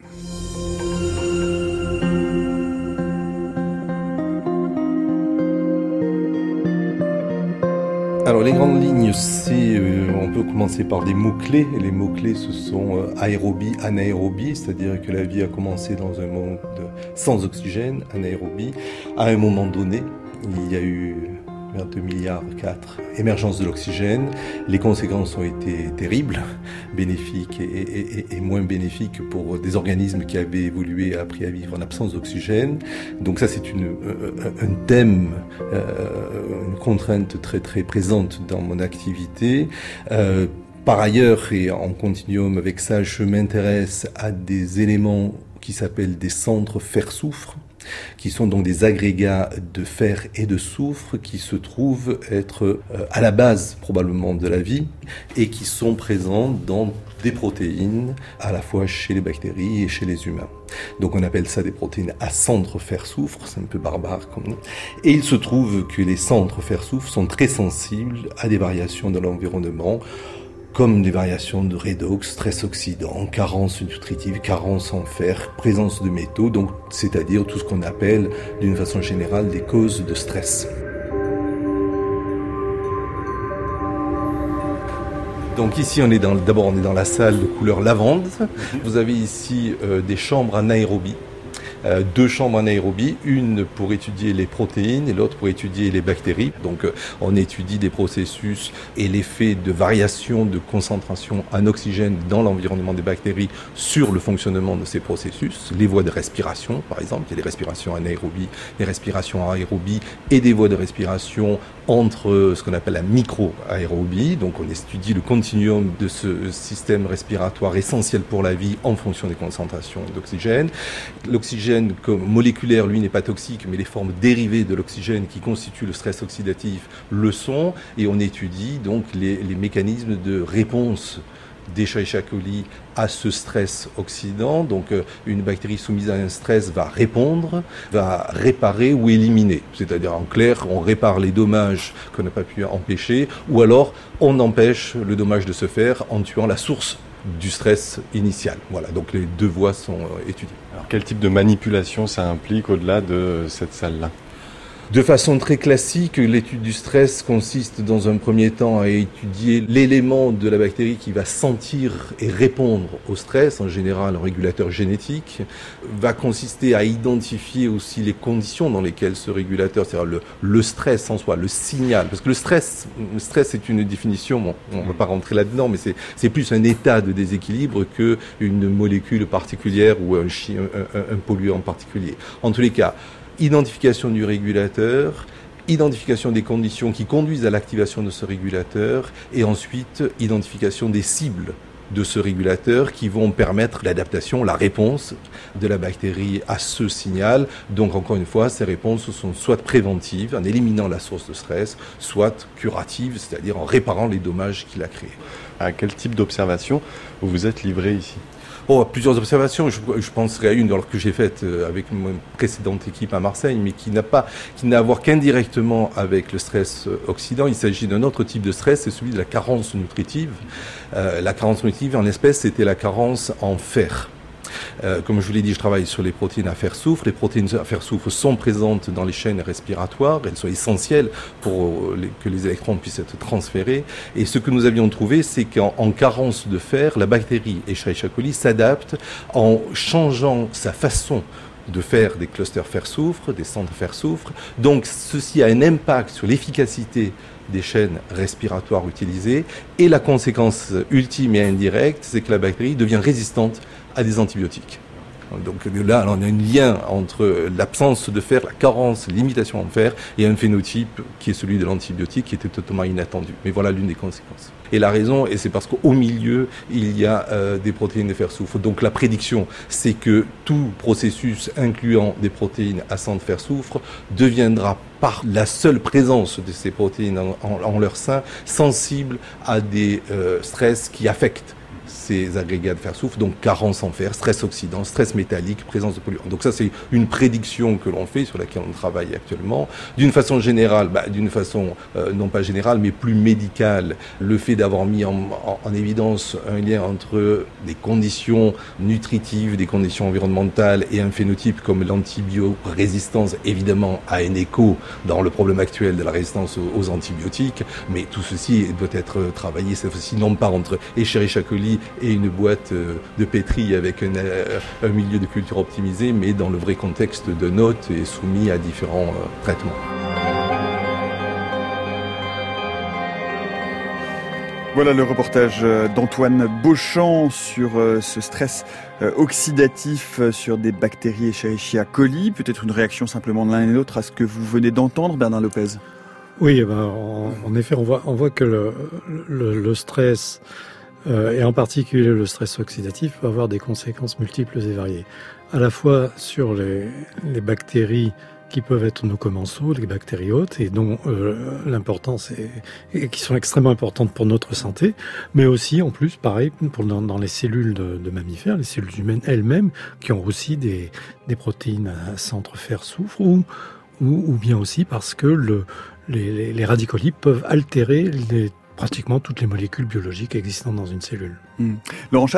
Alors les grandes lignes, c'est, euh, on peut commencer par des mots-clés. Et les mots-clés, ce sont euh, aérobie, anaérobie, c'est-à-dire que la vie a commencé dans un monde sans oxygène, anaérobie. À un moment donné, il y a eu vers deux milliards quatre, émergence de l'oxygène. Les conséquences ont été terribles, bénéfiques et, et, et, et moins bénéfiques pour des organismes qui avaient évolué et appris à vivre en absence d'oxygène. Donc ça, c'est une, un, un thème, euh, une contrainte très très présente dans mon activité. Euh, par ailleurs, et en continuum avec ça, je m'intéresse à des éléments qui s'appellent des centres fer-soufre, qui sont donc des agrégats de fer et de soufre qui se trouvent être euh, à la base probablement de la vie et qui sont présents dans des protéines à la fois chez les bactéries et chez les humains. Donc on appelle ça des protéines à centre fer-soufre, c'est un peu barbare comme nom. Et il se trouve que les centres fer-soufre sont très sensibles à des variations de l'environnement, comme des variations de redox, stress oxydant, carence nutritive, carence en fer, présence de métaux, donc c'est-à-dire tout ce qu'on appelle d'une façon générale des causes de stress. Donc ici on est dans, d'abord on est dans la salle de couleur lavande. Vous avez ici euh, des chambres en aérobie. Euh, deux chambres en aérobie, une pour étudier les protéines et l'autre pour étudier les bactéries. Donc euh, on étudie des processus et l'effet de variation de concentration en oxygène dans l'environnement des bactéries sur le fonctionnement de ces processus. Les voies de respiration, par exemple, il y a des respirations anaérobie, des respirations en aérobie et des voies de respiration entre ce qu'on appelle la micro-aérobie. Donc on étudie le continuum de ce système respiratoire essentiel pour la vie en fonction des concentrations d'oxygène. L'oxygène comme moléculaire, lui, n'est pas toxique, mais les formes dérivées de l'oxygène qui constituent le stress oxydatif le sont. Et on étudie donc les, les mécanismes de réponse d'Escherichia coli à ce stress oxydant. Donc euh, une bactérie soumise à un stress va répondre, va réparer ou éliminer. C'est-à-dire en clair, on répare les dommages qu'on n'a pas pu empêcher, ou alors on empêche le dommage de se faire en tuant la source du stress initial. Voilà, donc les deux voies sont euh, étudiées. Alors quel type de manipulation ça implique au-delà de cette salle-là ? De façon très classique, l'étude du stress consiste dans un premier temps à étudier l'élément de la bactérie qui va sentir et répondre au stress, en général un régulateur génétique, va consister à identifier aussi les conditions dans lesquelles ce régulateur, c'est-à-dire le, le stress en soi, le signal, parce que le stress, le stress est une définition, bon, on ne va pas rentrer là-dedans, mais c'est, c'est plus un état de déséquilibre qu'une molécule particulière ou un, un, un, un polluant particulier. En tous les cas, identification du régulateur, identification des conditions qui conduisent à l'activation de ce régulateur et ensuite identification des cibles de ce régulateur qui vont permettre l'adaptation, la réponse de la bactérie à ce signal. Donc encore une fois, ces réponses sont soit préventives en éliminant la source de stress, soit curatives, c'est-à-dire en réparant les dommages qu'il a créés. À quel type d'observation vous vous êtes livré ici ? Oh, plusieurs observations. Je, je penserai à une alors que j'ai faite avec une précédente équipe à Marseille, mais qui n'a pas, qui n'a à voir qu'indirectement avec le stress oxydant. Il s'agit d'un autre type de stress, c'est celui de la carence nutritive. Euh, la carence nutritive, en espèce, c'était la carence en fer. Euh, comme je vous l'ai dit, je travaille sur les protéines à fer-soufre. Les protéines à fer-soufre sont présentes dans les chaînes respiratoires. Elles sont essentielles pour les, que les électrons puissent être transférés. Et ce que nous avions trouvé, c'est qu'en en carence de fer, la bactérie Escherichia coli s'adapte en changeant sa façon de faire des clusters fer-soufre, des centres fer-soufre. Donc ceci a un impact sur l'efficacité des chaînes respiratoires utilisées. Et la conséquence ultime et indirecte, c'est que la bactérie devient résistante à des antibiotiques. Donc là, on a un lien entre l'absence de fer, la carence, l'imitation en fer, et un phénotype qui est celui de l'antibiotique, qui était totalement inattendu. Mais voilà l'une des conséquences. Et la raison, et c'est parce qu'au milieu, il y a euh, des protéines de fer-soufre. Donc la prédiction, c'est que tout processus incluant des protéines à centre fer-soufre deviendra, par la seule présence de ces protéines en, en, en leur sein, sensible à des euh, stress qui affectent ces agrégats de fer-soufre, donc carence en fer, stress oxydant, stress métallique, présence de polluants. Donc ça, c'est une prédiction que l'on fait, sur laquelle on travaille actuellement. D'une façon générale, bah, d'une façon euh, non pas générale, mais plus médicale, le fait d'avoir mis en, en, en évidence un lien entre des conditions nutritives, des conditions environnementales et un phénotype comme l'antibiorésistance, évidemment, a un écho dans le problème actuel de la résistance aux, aux antibiotiques, mais tout ceci doit être travaillé, cette fois-ci, non pas entre Escherichia coli et une boîte de pétri avec un, un milieu de culture optimisé, mais dans le vrai contexte de notes et soumis à différents euh, traitements. Voilà le reportage d'Antoine Beauchamp sur ce stress oxydatif sur des bactéries Escherichia coli. Peut-être une réaction simplement de l'un et de l'autre à ce que vous venez d'entendre, Bernard Lopez. Oui, ben, en, en effet, on voit, on voit que le, le, le stress, euh, et en particulier le stress oxydatif, peut avoir des conséquences multiples et variées. À la fois sur les, les bactéries qui peuvent être nos commensaux, les bactéries hôtes, et dont euh, l'importance est, et qui sont extrêmement importantes pour notre santé, mais aussi, en plus, pareil, pour, dans, dans les cellules de, de mammifères, les cellules humaines elles-mêmes, qui ont aussi des, des protéines à centre fer-soufre, ou, ou, ou bien aussi parce que le, les, les, les radicaux libres peuvent altérer les, pratiquement toutes les molécules biologiques existantes dans une cellule. Mmh. Laurent Châtre ?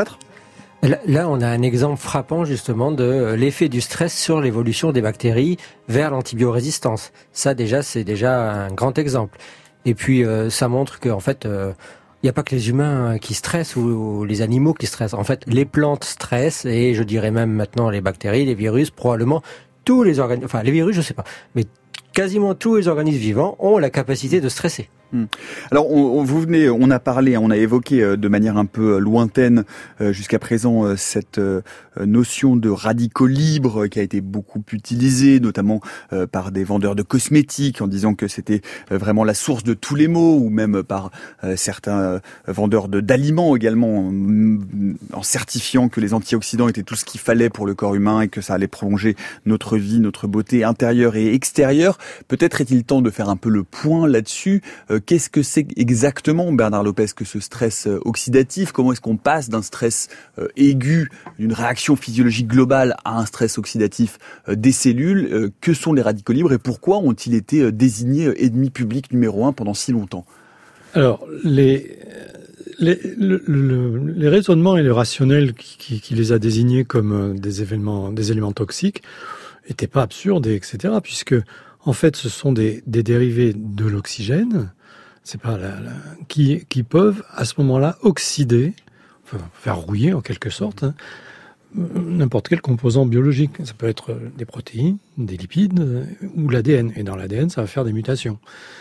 Là, on a un exemple frappant justement de l'effet du stress sur l'évolution des bactéries vers l'antibiorésistance. Ça déjà, c'est déjà un grand exemple. Et puis, euh, ça montre qu'en fait, il euh, n'y a pas que les humains qui stressent ou, ou les animaux qui stressent. En fait, les plantes stressent et je dirais même maintenant les bactéries, les virus, probablement tous les organismes, enfin les virus, je sais pas, mais quasiment tous les organismes vivants ont la capacité de stresser. Alors, on, on, vous venez, on a parlé, on a évoqué euh, de manière un peu lointaine euh, jusqu'à présent euh, cette euh, notion de radicaux libres euh, qui a été beaucoup utilisée, notamment euh, par des vendeurs de cosmétiques, en disant que c'était euh, vraiment la source de tous les maux, ou même par euh, certains euh, vendeurs de, d'aliments également, en, en certifiant que les antioxydants étaient tout ce qu'il fallait pour le corps humain et que ça allait prolonger notre vie, notre beauté intérieure et extérieure. Peut-être est-il temps de faire un peu le point là-dessus. Euh, Qu'est-ce que c'est exactement, Bernard Lopez, que ce stress oxydatif ? Comment est-ce qu'on passe d'un stress euh, aigu, d'une réaction physiologique globale, à un stress oxydatif euh, des cellules ? euh, Que sont les radicaux libres et pourquoi ont-ils été euh, désignés euh, ennemis publics numéro un pendant si longtemps ? Alors, les, les, le, le, les raisonnements et le rationnel qui, qui, qui les a désignés comme des événements, des éléments toxiques n'étaient pas absurdes, et cetera, puisque, en fait, ce sont des, des dérivés de l'oxygène, c'est pas la, la, qui, qui peuvent à ce moment-là oxyder, enfin, faire rouiller en quelque sorte, hein, n'importe quel composant biologique. Ça peut être des protéines, des lipides ou l'A D N. Et dans l'A D N, ça va faire des mutations.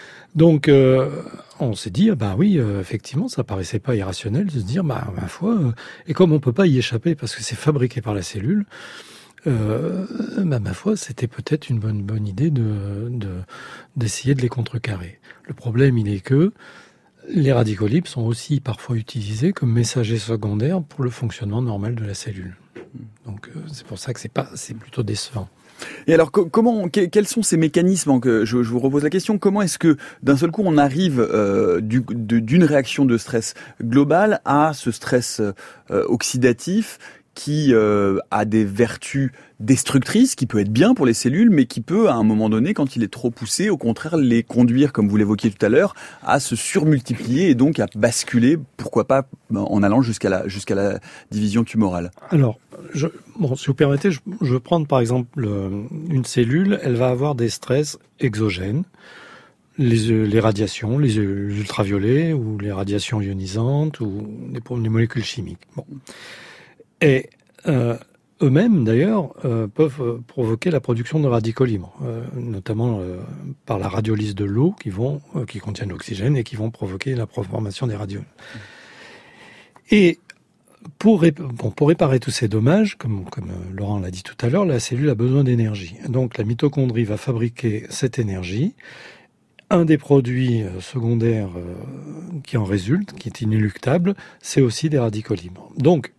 Donc, euh, on s'est dit, bah oui, euh, effectivement, ça paraissait pas irrationnel de se dire, bah ma foi, euh, et comme on peut pas y échapper parce que c'est fabriqué par la cellule. Euh, bah, ma foi, c'était peut-être une bonne bonne idée de, de d'essayer de les contrecarrer. Le problème, il est que les radicaux libres sont aussi parfois utilisés comme messagers secondaires pour le fonctionnement normal de la cellule. Donc, euh, c'est pour ça que c'est pas, c'est plutôt décevant. Et alors, comment, quels sont ces mécanismes que je, je vous repose la question. Comment est-ce que d'un seul coup on arrive euh, du, de, d'une réaction de stress globale à ce stress euh, oxydatif qui euh, a des vertus destructrices, qui peut être bien pour les cellules, mais qui peut, à un moment donné, quand il est trop poussé, au contraire, les conduire, comme vous l'évoquiez tout à l'heure, à se surmultiplier et donc à basculer, pourquoi pas, en allant jusqu'à la, jusqu'à la division tumorale. Alors, je, bon, si vous permettez, je, je vais prendre par exemple le, une cellule, elle va avoir des stress exogènes, les, les radiations, les ultraviolets, ou les radiations ionisantes, ou les, les molécules chimiques. Bon. Et euh, eux-mêmes, d'ailleurs, euh, peuvent provoquer la production de radicaux libres, euh, notamment euh, par la radiolyse de l'eau qui vont, euh, qui contiennent l'oxygène et qui vont provoquer la formation des radioles. Et pour, ré- bon, pour réparer tous ces dommages, comme, comme Laurent l'a dit tout à l'heure, la cellule a besoin d'énergie. Donc la mitochondrie va fabriquer cette énergie. Un des produits secondaires euh, qui en résulte, qui est inéluctable, c'est aussi des radicaux libres. Donc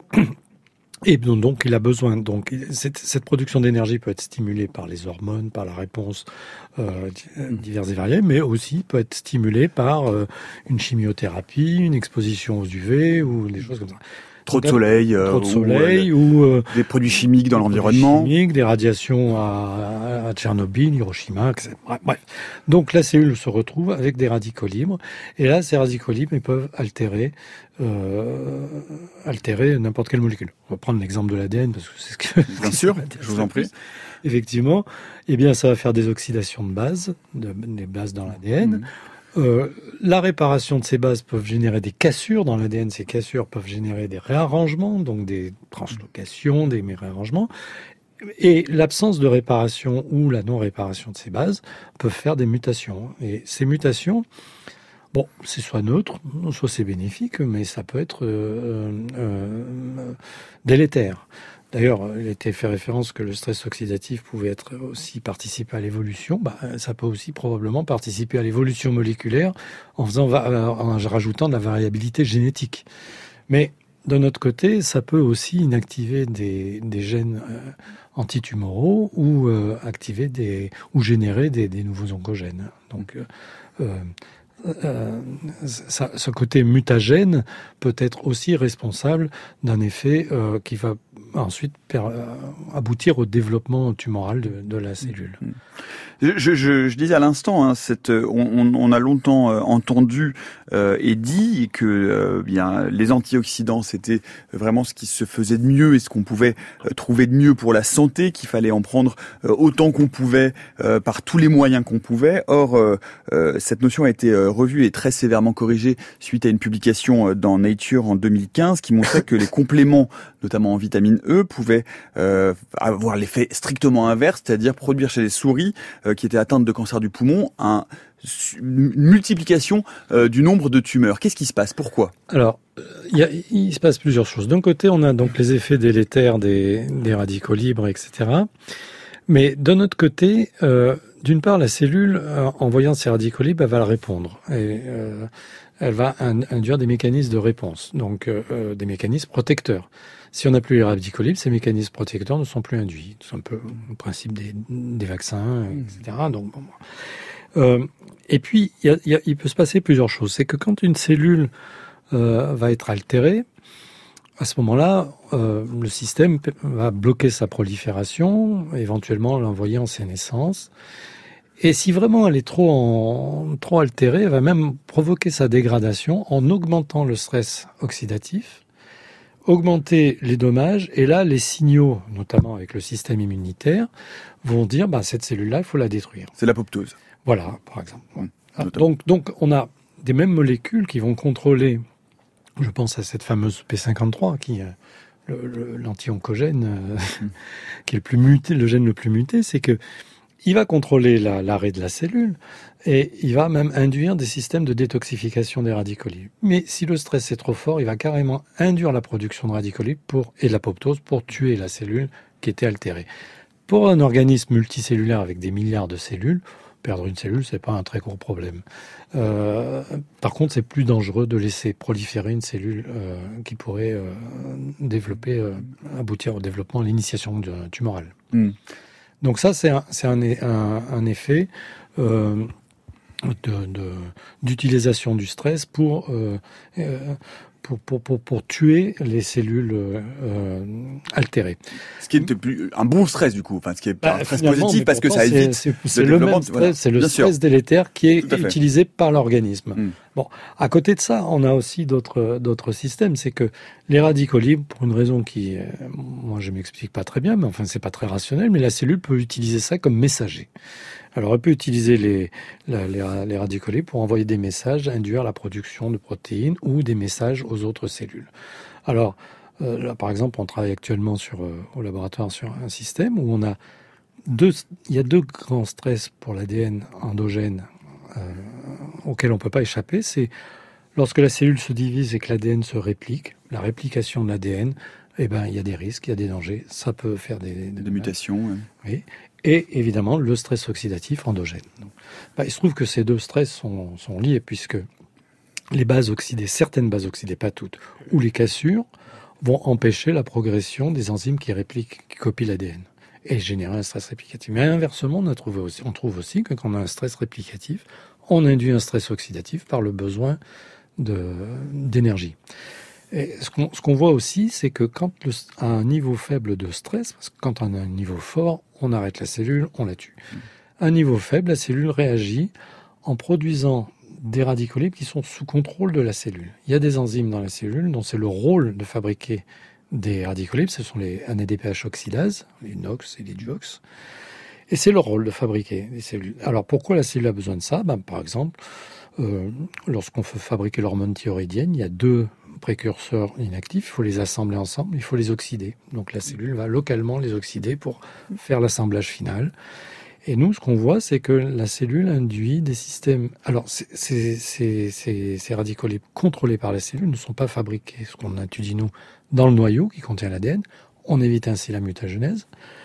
Et donc, il a besoin. Donc, cette, cette production d'énergie peut être stimulée par les hormones, par la réponse euh, diverses et variées, mais aussi peut être stimulée par euh, une chimiothérapie, une exposition aux U V ou des choses comme ça. Trop de soleil, euh, trop de soleil ou, ou euh, des produits chimiques dans l'environnement, des chimiques, des radiations à, à Tchernobyl, Hiroshima, et cetera. Bref. Donc la cellule se retrouve avec des radicaux libres, et là, ces radicaux libres, ils peuvent altérer, euh, altérer n'importe quelle molécule. On va prendre l'exemple de l'A D N parce que c'est ce que. Bien sûr, je vous en prie. Effectivement, eh bien, ça va faire des oxydations de bases, de, des bases dans l'A D N. Mmh. Euh, la réparation de ces bases peuvent générer des cassures dans l'A D N. Ces cassures peuvent générer des réarrangements, donc des translocations, des réarrangements. Et l'absence de réparation ou la non-réparation de ces bases peuvent faire des mutations. Et ces mutations, bon, c'est soit neutre, soit c'est bénéfique, mais ça peut être euh, euh, délétère. D'ailleurs, il a été fait référence que le stress oxydatif pouvait être aussi participer à l'évolution. Bah, ça peut aussi probablement participer à l'évolution moléculaire en faisant, en rajoutant de la variabilité génétique. Mais d'un autre côté, ça peut aussi inactiver des, des gènes euh, antitumoraux ou euh, activer des ou générer des, des nouveaux oncogènes. Donc, euh, Euh, ça, ce côté mutagène peut être aussi responsable d'un effet euh, qui va ensuite per, euh, aboutir au développement tumoral de, de la cellule. Je, je, je disais à l'instant, hein, cette, on, on a longtemps euh, entendu euh, et dit que euh, bien les antioxydants c'était vraiment ce qui se faisait de mieux et ce qu'on pouvait euh, trouver de mieux pour la santé, qu'il fallait en prendre euh, autant qu'on pouvait euh, par tous les moyens qu'on pouvait. Or, euh, euh, cette notion a été euh, revue et très sévèrement corrigée suite à une publication dans Nature en deux mille quinze qui montrait que les compléments, notamment en vitamine E, pouvaient euh, avoir l'effet strictement inverse, c'est-à-dire produire chez les souris euh, qui étaient atteintes de cancer du poumon un, une multiplication euh, du nombre de tumeurs. Qu'est-ce qui se passe ? Pourquoi ? Alors, il, y a, il se passe plusieurs choses. D'un côté, on a donc les effets délétères des, des radicaux libres, et cetera. Mais d'un autre côté, euh, d'une part, la cellule, euh, en voyant ces radicaux libres, elle va le répondre. Et, euh, elle va induire des mécanismes de réponse, donc euh, des mécanismes protecteurs. Si on n'a plus les radicaux libres, ces mécanismes protecteurs ne sont plus induits. C'est un peu le principe des, des vaccins, et cetera. Donc, bon, euh, et puis, y a, y a, il peut se passer plusieurs choses. C'est que quand une cellule euh, va être altérée, à ce moment-là, euh, le système va bloquer sa prolifération, éventuellement l'envoyer en sénescence. Et si vraiment elle est trop, en, trop altérée, elle va même provoquer sa dégradation en augmentant le stress oxydatif, augmenter les dommages, et là, les signaux, notamment avec le système immunitaire, vont dire bah, cette cellule-là, il faut la détruire. C'est l'apoptose. Voilà, par exemple. Mmh, donc, donc, on a des mêmes molécules qui vont contrôler, je pense à cette fameuse P cinquante-trois, qui est le, le, l'anti-oncogène, euh, mmh. qui est le plus muté, le gène le plus muté, c'est que il va contrôler la, l'arrêt de la cellule et il va même induire des systèmes de détoxification des radicaux libres. Mais si le stress est trop fort, il va carrément induire la production de radicaux libres pour, et l'apoptose pour tuer la cellule qui était altérée. Pour un organisme multicellulaire avec des milliards de cellules, perdre une cellule, c'est pas un très gros problème. Euh, par contre, c'est plus dangereux de laisser proliférer une cellule euh, qui pourrait euh, développer, euh, aboutir au développement, à l'initiation tumorale. Mm. Donc ça, c'est un, c'est un, un, un effet euh, de, de, d'utilisation du stress pour, euh, euh, pour, pour, pour, pour tuer les cellules euh, altérées. Ce qui est plus, un bon stress du coup, enfin ce qui est bah, un stress positif parce que ça évite c'est, c'est, le le développement. Même stress, Voilà. C'est le Bien stress sûr. délétère qui est utilisé par l'organisme. Mm. Bon, à côté de ça, on a aussi d'autres d'autres systèmes. C'est que les radicaux libres, pour une raison qui, euh, moi je m'explique pas très bien, mais enfin c'est pas très rationnel, mais la cellule peut utiliser ça comme messager. Alors, elle peut utiliser les, la, les, les radicaux libres pour envoyer des messages, induire la production de protéines ou des messages aux autres cellules. Alors, euh, là, par exemple, on travaille actuellement sur, euh, au laboratoire sur un système où on a deux, il y a deux grands stress pour l'A D N endogène euh, auxquels on ne peut pas échapper. C'est lorsque la cellule se divise et que l'A D N se réplique, la réplication de l'A D N, eh ben, il y a des risques, il y a des dangers. Ça peut faire des, des, des mutations. Ouais. Oui. Et évidemment le stress oxydatif endogène. Donc, bah, il se trouve que ces deux stress sont, sont liés puisque les bases oxydées, certaines bases oxydées, pas toutes, ou les cassures, vont empêcher la progression des enzymes qui répliquent, qui copient l'A D N et générer un stress réplicatif. Mais inversement, on, a trouvé aussi, on trouve aussi que quand on a un stress réplicatif, on induit un stress oxydatif par le besoin de, d'énergie. Et ce qu'on, ce qu'on voit aussi, c'est que quand le, à un niveau faible de stress, parce que quand on a un niveau fort, on arrête la cellule, on la tue. À un niveau faible, la cellule réagit en produisant des radicaux libres qui sont sous contrôle de la cellule. Il y a des enzymes dans la cellule dont c'est le rôle de fabriquer des radicaux libres, ce sont les N A D P H oxydases, les N O X et les DUOX, et c'est leur rôle de fabriquer des cellules. Alors pourquoi la cellule a besoin de ça ? Ben, par exemple, euh, lorsqu'on fait fabriquer l'hormone thyroïdienne, il y a deux précurseurs inactifs, il faut les assembler ensemble, il faut les oxyder. Donc la cellule va localement les oxyder pour faire l'assemblage final. Et nous, ce qu'on voit, c'est que la cellule induit des systèmes... Alors, ces, ces, ces, ces radicaux libres contrôlés par la cellule ne sont pas fabriqués, ce qu'on étudie, nous, dans le noyau qui contient l'A D N. On évite ainsi la mutagenèse.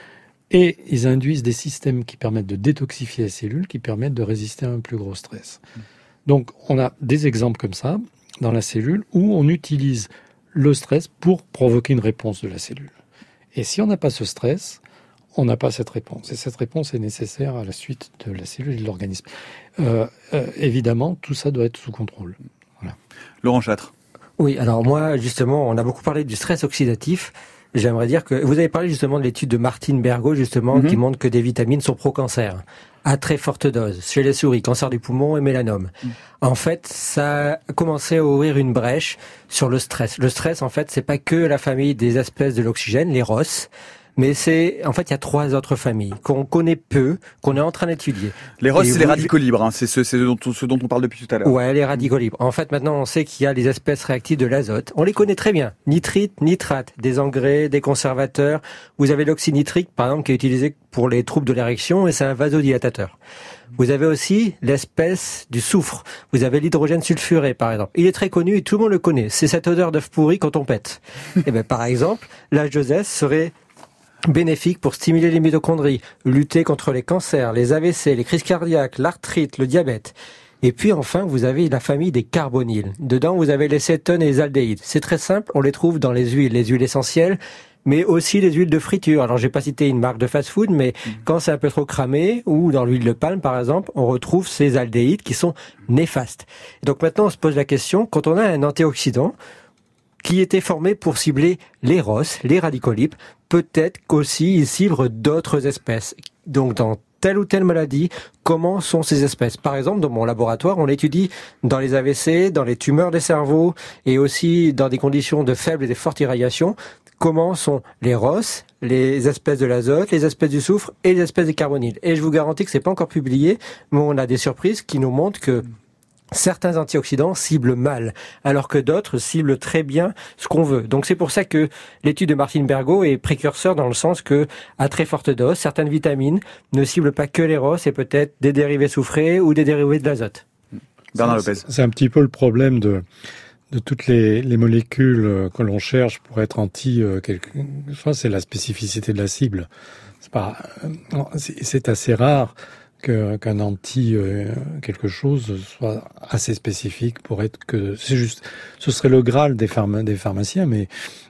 Et ils induisent des systèmes qui permettent de détoxifier la cellule, qui permettent de résister à un plus gros stress. Donc, on a des exemples comme ça dans la cellule où on utilise le stress pour provoquer une réponse de la cellule. Et si on n'a pas ce stress, on n'a pas cette réponse. Et cette réponse est nécessaire à la suite de la cellule et de l'organisme. Euh, euh, évidemment, tout ça doit être sous contrôle. Voilà. Laurent Châtre. Oui, alors moi, justement, on a beaucoup parlé du stress oxydatif. J'aimerais dire que vous avez parlé justement de l'étude de Martine Bergot, justement, mm-hmm. qui montre que des vitamines sont pro-cancer à très forte dose chez les souris, cancer du poumon et mélanome. Mm. En fait, ça a commencé à ouvrir une brèche sur le stress. Le stress, en fait, c'est pas que la famille des espèces de l'oxygène, les R O S, mais c'est, en fait, il y a trois autres familles qu'on connaît peu, qu'on est en train d'étudier. Les R O S, et c'est vous... les radicaux libres, hein. c'est ce, c'est ce dont, ce dont on parle depuis tout à l'heure. Ouais, les radicaux libres. En fait, maintenant, on sait qu'il y a les espèces réactives de l'azote. On les connaît très bien. Nitrite, nitrate, des engrais, des conservateurs. Vous avez l'oxynitrique, par exemple, qui est utilisé pour les troubles de l'érection, et c'est un vasodilatateur. Vous avez aussi l'espèce du soufre. Vous avez l'hydrogène sulfuré, par exemple. Il est très connu et tout le monde le connaît. C'est cette odeur d'œuf pourri quand on pète. Et ben, par exemple, l'H deux S serait bénéfique pour stimuler les mitochondries, lutter contre les cancers, les A V C, les crises cardiaques, l'arthrite, le diabète. Et puis enfin, vous avez la famille des carbonyles. Dedans, vous avez les cétones et les aldéhydes. C'est très simple, on les trouve dans les huiles, les huiles essentielles, mais aussi les huiles de friture. Alors, j'ai pas cité une marque de fast-food, mais mmh. quand c'est un peu trop cramé, ou dans l'huile de palme, par exemple, on retrouve ces aldéhydes qui sont néfastes. Et donc maintenant, on se pose la question, quand on a un antioxydant qui était formé pour cibler les R O S, les radicaux libres, peut-être qu'aussi il cible d'autres espèces. Donc, dans telle ou telle maladie, comment sont ces espèces ? Par exemple, dans mon laboratoire, on étudie dans les A V C, dans les tumeurs des cerveaux, et aussi dans des conditions de faible et de forte irradiation, comment sont les R O S, les espèces de l'azote, les espèces du soufre et les espèces des carbonyles. Et je vous garantis que c'est pas encore publié, mais on a des surprises qui nous montrent que certains antioxydants ciblent mal, alors que d'autres ciblent très bien ce qu'on veut. Donc c'est pour ça que l'étude de Martine Bergot est précurseur dans le sens que, à très forte dose, certaines vitamines ne ciblent pas que les R O S et peut-être des dérivés soufrés ou des dérivés de l'azote. Bernard Lopez. C'est un petit peu le problème de de toutes les, les molécules que l'on cherche pour être anti euh, quelque chose, c'est la spécificité de la cible. C'est pas, c'est, c'est assez rare que, qu'un anti euh, quelque chose soit assez spécifique pour être que c'est juste. Ce serait le Graal des, pharma, des pharmaciens, mais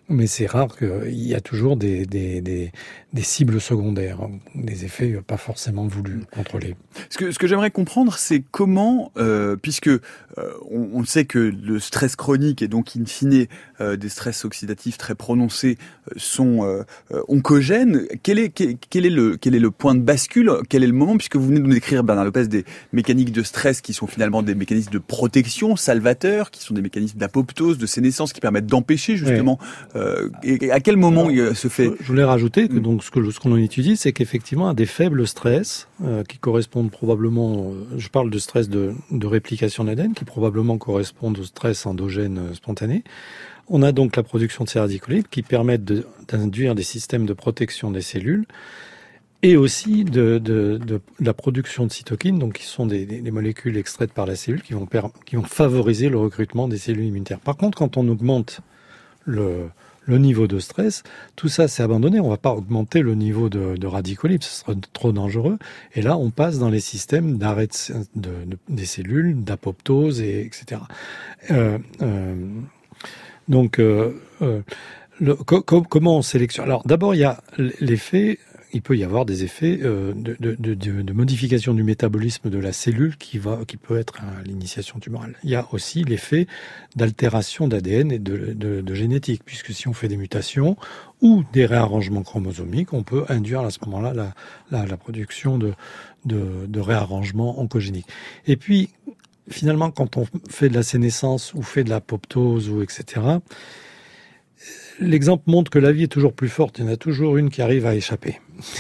mais c'est rare qu'il y a toujours des, des, des, des cibles secondaires, des effets pas forcément voulus, contrôlés. Ce que, ce que j'aimerais comprendre, c'est comment, euh, puisque euh, on, on sait que le stress chronique et donc in fine euh, des stress oxydatifs très prononcés euh, sont euh, oncogènes, quel est, quel, quel, est le, quel est le point de bascule, quel est le moment, puisque vous venez de nous décrire, Bernard Lopez, des mécaniques de stress qui sont finalement des mécanismes de protection salvateurs, qui sont des mécanismes d'apoptose, de sénescence, qui permettent d'empêcher justement... Oui. Euh, et à quel moment Alors, il se fait... Je voulais rajouter que donc ce que ce qu'on étudie, c'est qu'effectivement, à des faibles stress euh, qui correspondent probablement, euh, je parle de stress de, de réplication de l'A D N, qui probablement correspondent au stress endogène euh, spontané. On a donc la production de ces radicolides qui permettent de, d'induire des systèmes de protection des cellules et aussi de, de, de, de la production de cytokines, donc qui sont des, des, des molécules extraites par la cellule qui vont, per, qui vont favoriser le recrutement des cellules immunitaires. Par contre, quand on augmente le le niveau de stress, tout ça c'est abandonné. On ne va pas augmenter le niveau de, de radicaux libres, ce serait trop dangereux. Et là, on passe dans les systèmes d'arrêt de, de, des cellules, d'apoptose, et, etc. Euh, euh, donc, euh, euh, le, co- co- comment on sélectionne ? Alors, d'abord, il y a l'effet... Il peut y avoir des effets euh, de, de, de, de modification du métabolisme de la cellule qui, va, qui peut être à l'initiation tumorale. Il y a aussi l'effet d'altération d'A D N et de, de, de génétique, puisque si on fait des mutations ou des réarrangements chromosomiques, on peut induire à ce moment-là la, la, la production de, de, de réarrangements oncogéniques. Et puis, finalement, quand on fait de la sénescence ou fait de l'apoptose, ou et cetera, l'exemple montre que la vie est toujours plus forte. Il y en a toujours une qui arrive à échapper.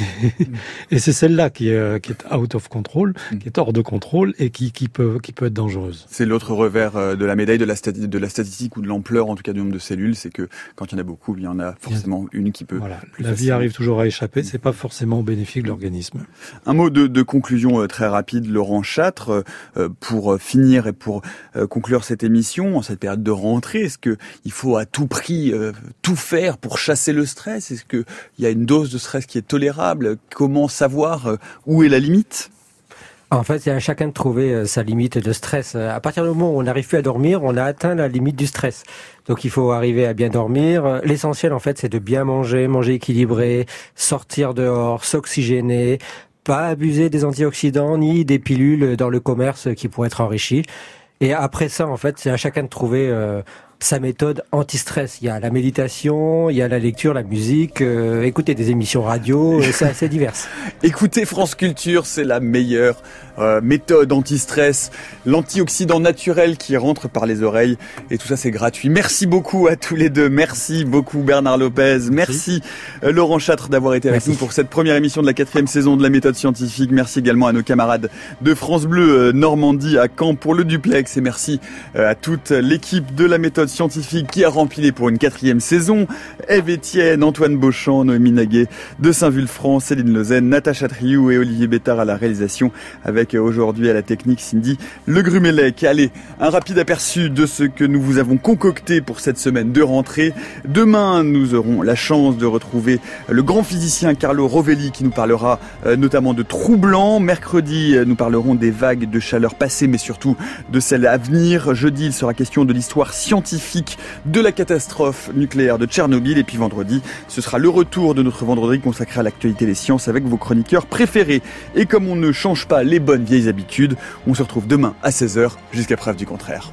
Et c'est celle-là qui est, qui est out of control, qui est hors de contrôle et qui, qui peut, qui peut être dangereuse. C'est l'autre revers de la médaille de la, stati- de la statistique ou de l'ampleur, en tout cas du nombre de cellules, c'est que quand il y en a beaucoup, il y en a forcément une qui peut. Voilà. La vie arrive toujours à échapper, c'est pas forcément bénéfique de l'organisme. Un mot de, de conclusion très rapide, Laurent Châtre, pour finir et pour conclure cette émission, en cette période de rentrée. Est-ce que il faut à tout prix tout faire pour chasser le stress ? Est-ce que il y a une dose de stress qui est tolérable ? Comment savoir où est la limite ? En fait, c'est à chacun de trouver sa limite de stress. À partir du moment où on n'arrive plus à dormir, on a atteint la limite du stress. Donc il faut arriver à bien dormir. L'essentiel, en fait, c'est de bien manger, manger équilibré, sortir dehors, s'oxygéner, pas abuser des antioxydants ni des pilules dans le commerce qui pourraient être enrichies. Et après ça, en fait, c'est à chacun de trouver euh, sa méthode anti-stress. Il y a la méditation, il y a la lecture, la musique, euh, écouter des émissions radio, euh, c'est assez divers. Écoutez France Culture, c'est la meilleure euh, méthode anti-stress, l'antioxydant naturel qui rentre par les oreilles, et tout ça c'est gratuit. Merci beaucoup à tous les deux, merci beaucoup Bernard Lopez, merci, merci euh, Laurent Châtre d'avoir été avec merci. nous pour cette première émission de la quatrième saison de la méthode scientifique. Merci également à nos camarades de France Bleu euh, Normandie à Caen pour le duplex, et merci euh, à toute l'équipe de la méthode scientifique qui a rempli pour une quatrième saison. Eve Etienne, Antoine Beauchamp, Noémie Naguet de Saint-Vulfranc, Céline Lausanne, Natacha Triou et Olivier Bétard à la réalisation, avec aujourd'hui à la technique Cindy Le Grumelec. Allez, un rapide aperçu de ce que nous vous avons concocté pour cette semaine de rentrée. Demain, nous aurons la chance de retrouver le grand physicien Carlo Rovelli qui nous parlera euh, notamment de trous blancs. Mercredi, nous parlerons des vagues de chaleur passées, mais surtout de celles à venir. Jeudi, il sera question de l'histoire scientifique de la catastrophe nucléaire de Tchernobyl. Et puis vendredi, ce sera le retour de notre vendredi consacré à l'actualité des sciences avec vos chroniqueurs préférés. Et comme on ne change pas les bonnes vieilles habitudes, on se retrouve demain à seize heures jusqu'à preuve du contraire.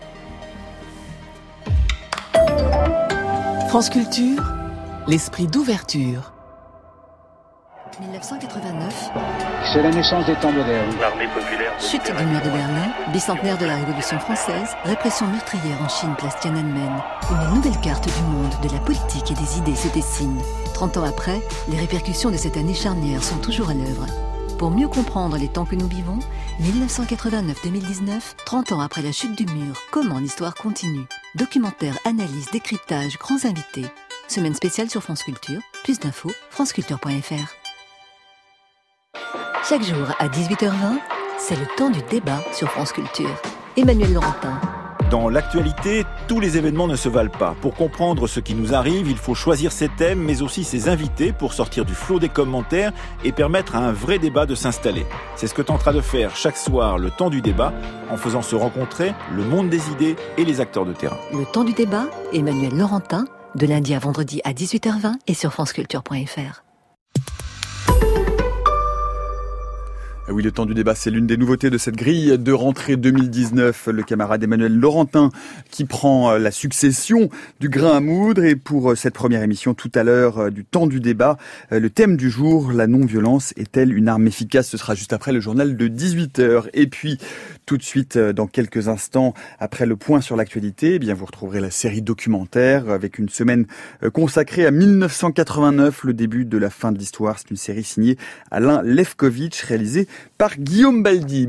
France Culture, l'esprit d'ouverture. dix-neuf cent quatre-vingt-neuf. C'est la naissance des temps modernes. L'armée populaire. Chute du mur de Berlin, bicentenaire de la Révolution française, répression meurtrière en Chine, place Tiananmen. Une nouvelle carte du monde, de la politique et des idées se dessine. trente ans après, les répercussions de cette année charnière sont toujours à l'œuvre. Pour mieux comprendre les temps que nous vivons, dix-neuf cent quatre-vingt-neuf deux mille dix-neuf, trente ans après la chute du mur, comment l'histoire continue. Documentaire, analyse, décryptage, grands invités. Semaine spéciale sur France Culture. Plus d'infos, franceculture point f r. Chaque jour à dix-huit heures vingt, c'est le temps du débat sur France Culture. Emmanuel Laurentin. Dans l'actualité, tous les événements ne se valent pas. Pour comprendre ce qui nous arrive, il faut choisir ses thèmes, mais aussi ses invités pour sortir du flot des commentaires et permettre à un vrai débat de s'installer. C'est ce que tentera de faire chaque soir le temps du débat, en faisant se rencontrer le monde des idées et les acteurs de terrain. Le temps du débat, Emmanuel Laurentin, de lundi à vendredi à dix-huit heures vingt et sur franceculture point f r. Oui, le temps du débat, c'est l'une des nouveautés de cette grille de rentrée deux mille dix-neuf. Le camarade Emmanuel Laurentin qui prend la succession du grain à moudre. Et pour cette première émission, tout à l'heure, du temps du débat, le thème du jour, la non-violence est-elle une arme efficace ? Ce sera juste après le journal de dix-huit heures. Et puis, tout de suite, dans quelques instants, après le point sur l'actualité, eh bien, vous retrouverez la série documentaire avec une semaine consacrée à mille neuf cent quatre-vingt-neuf, le début de la fin de l'histoire. C'est une série signée Alain Lefkovitch, réalisée par Guillaume Baldi.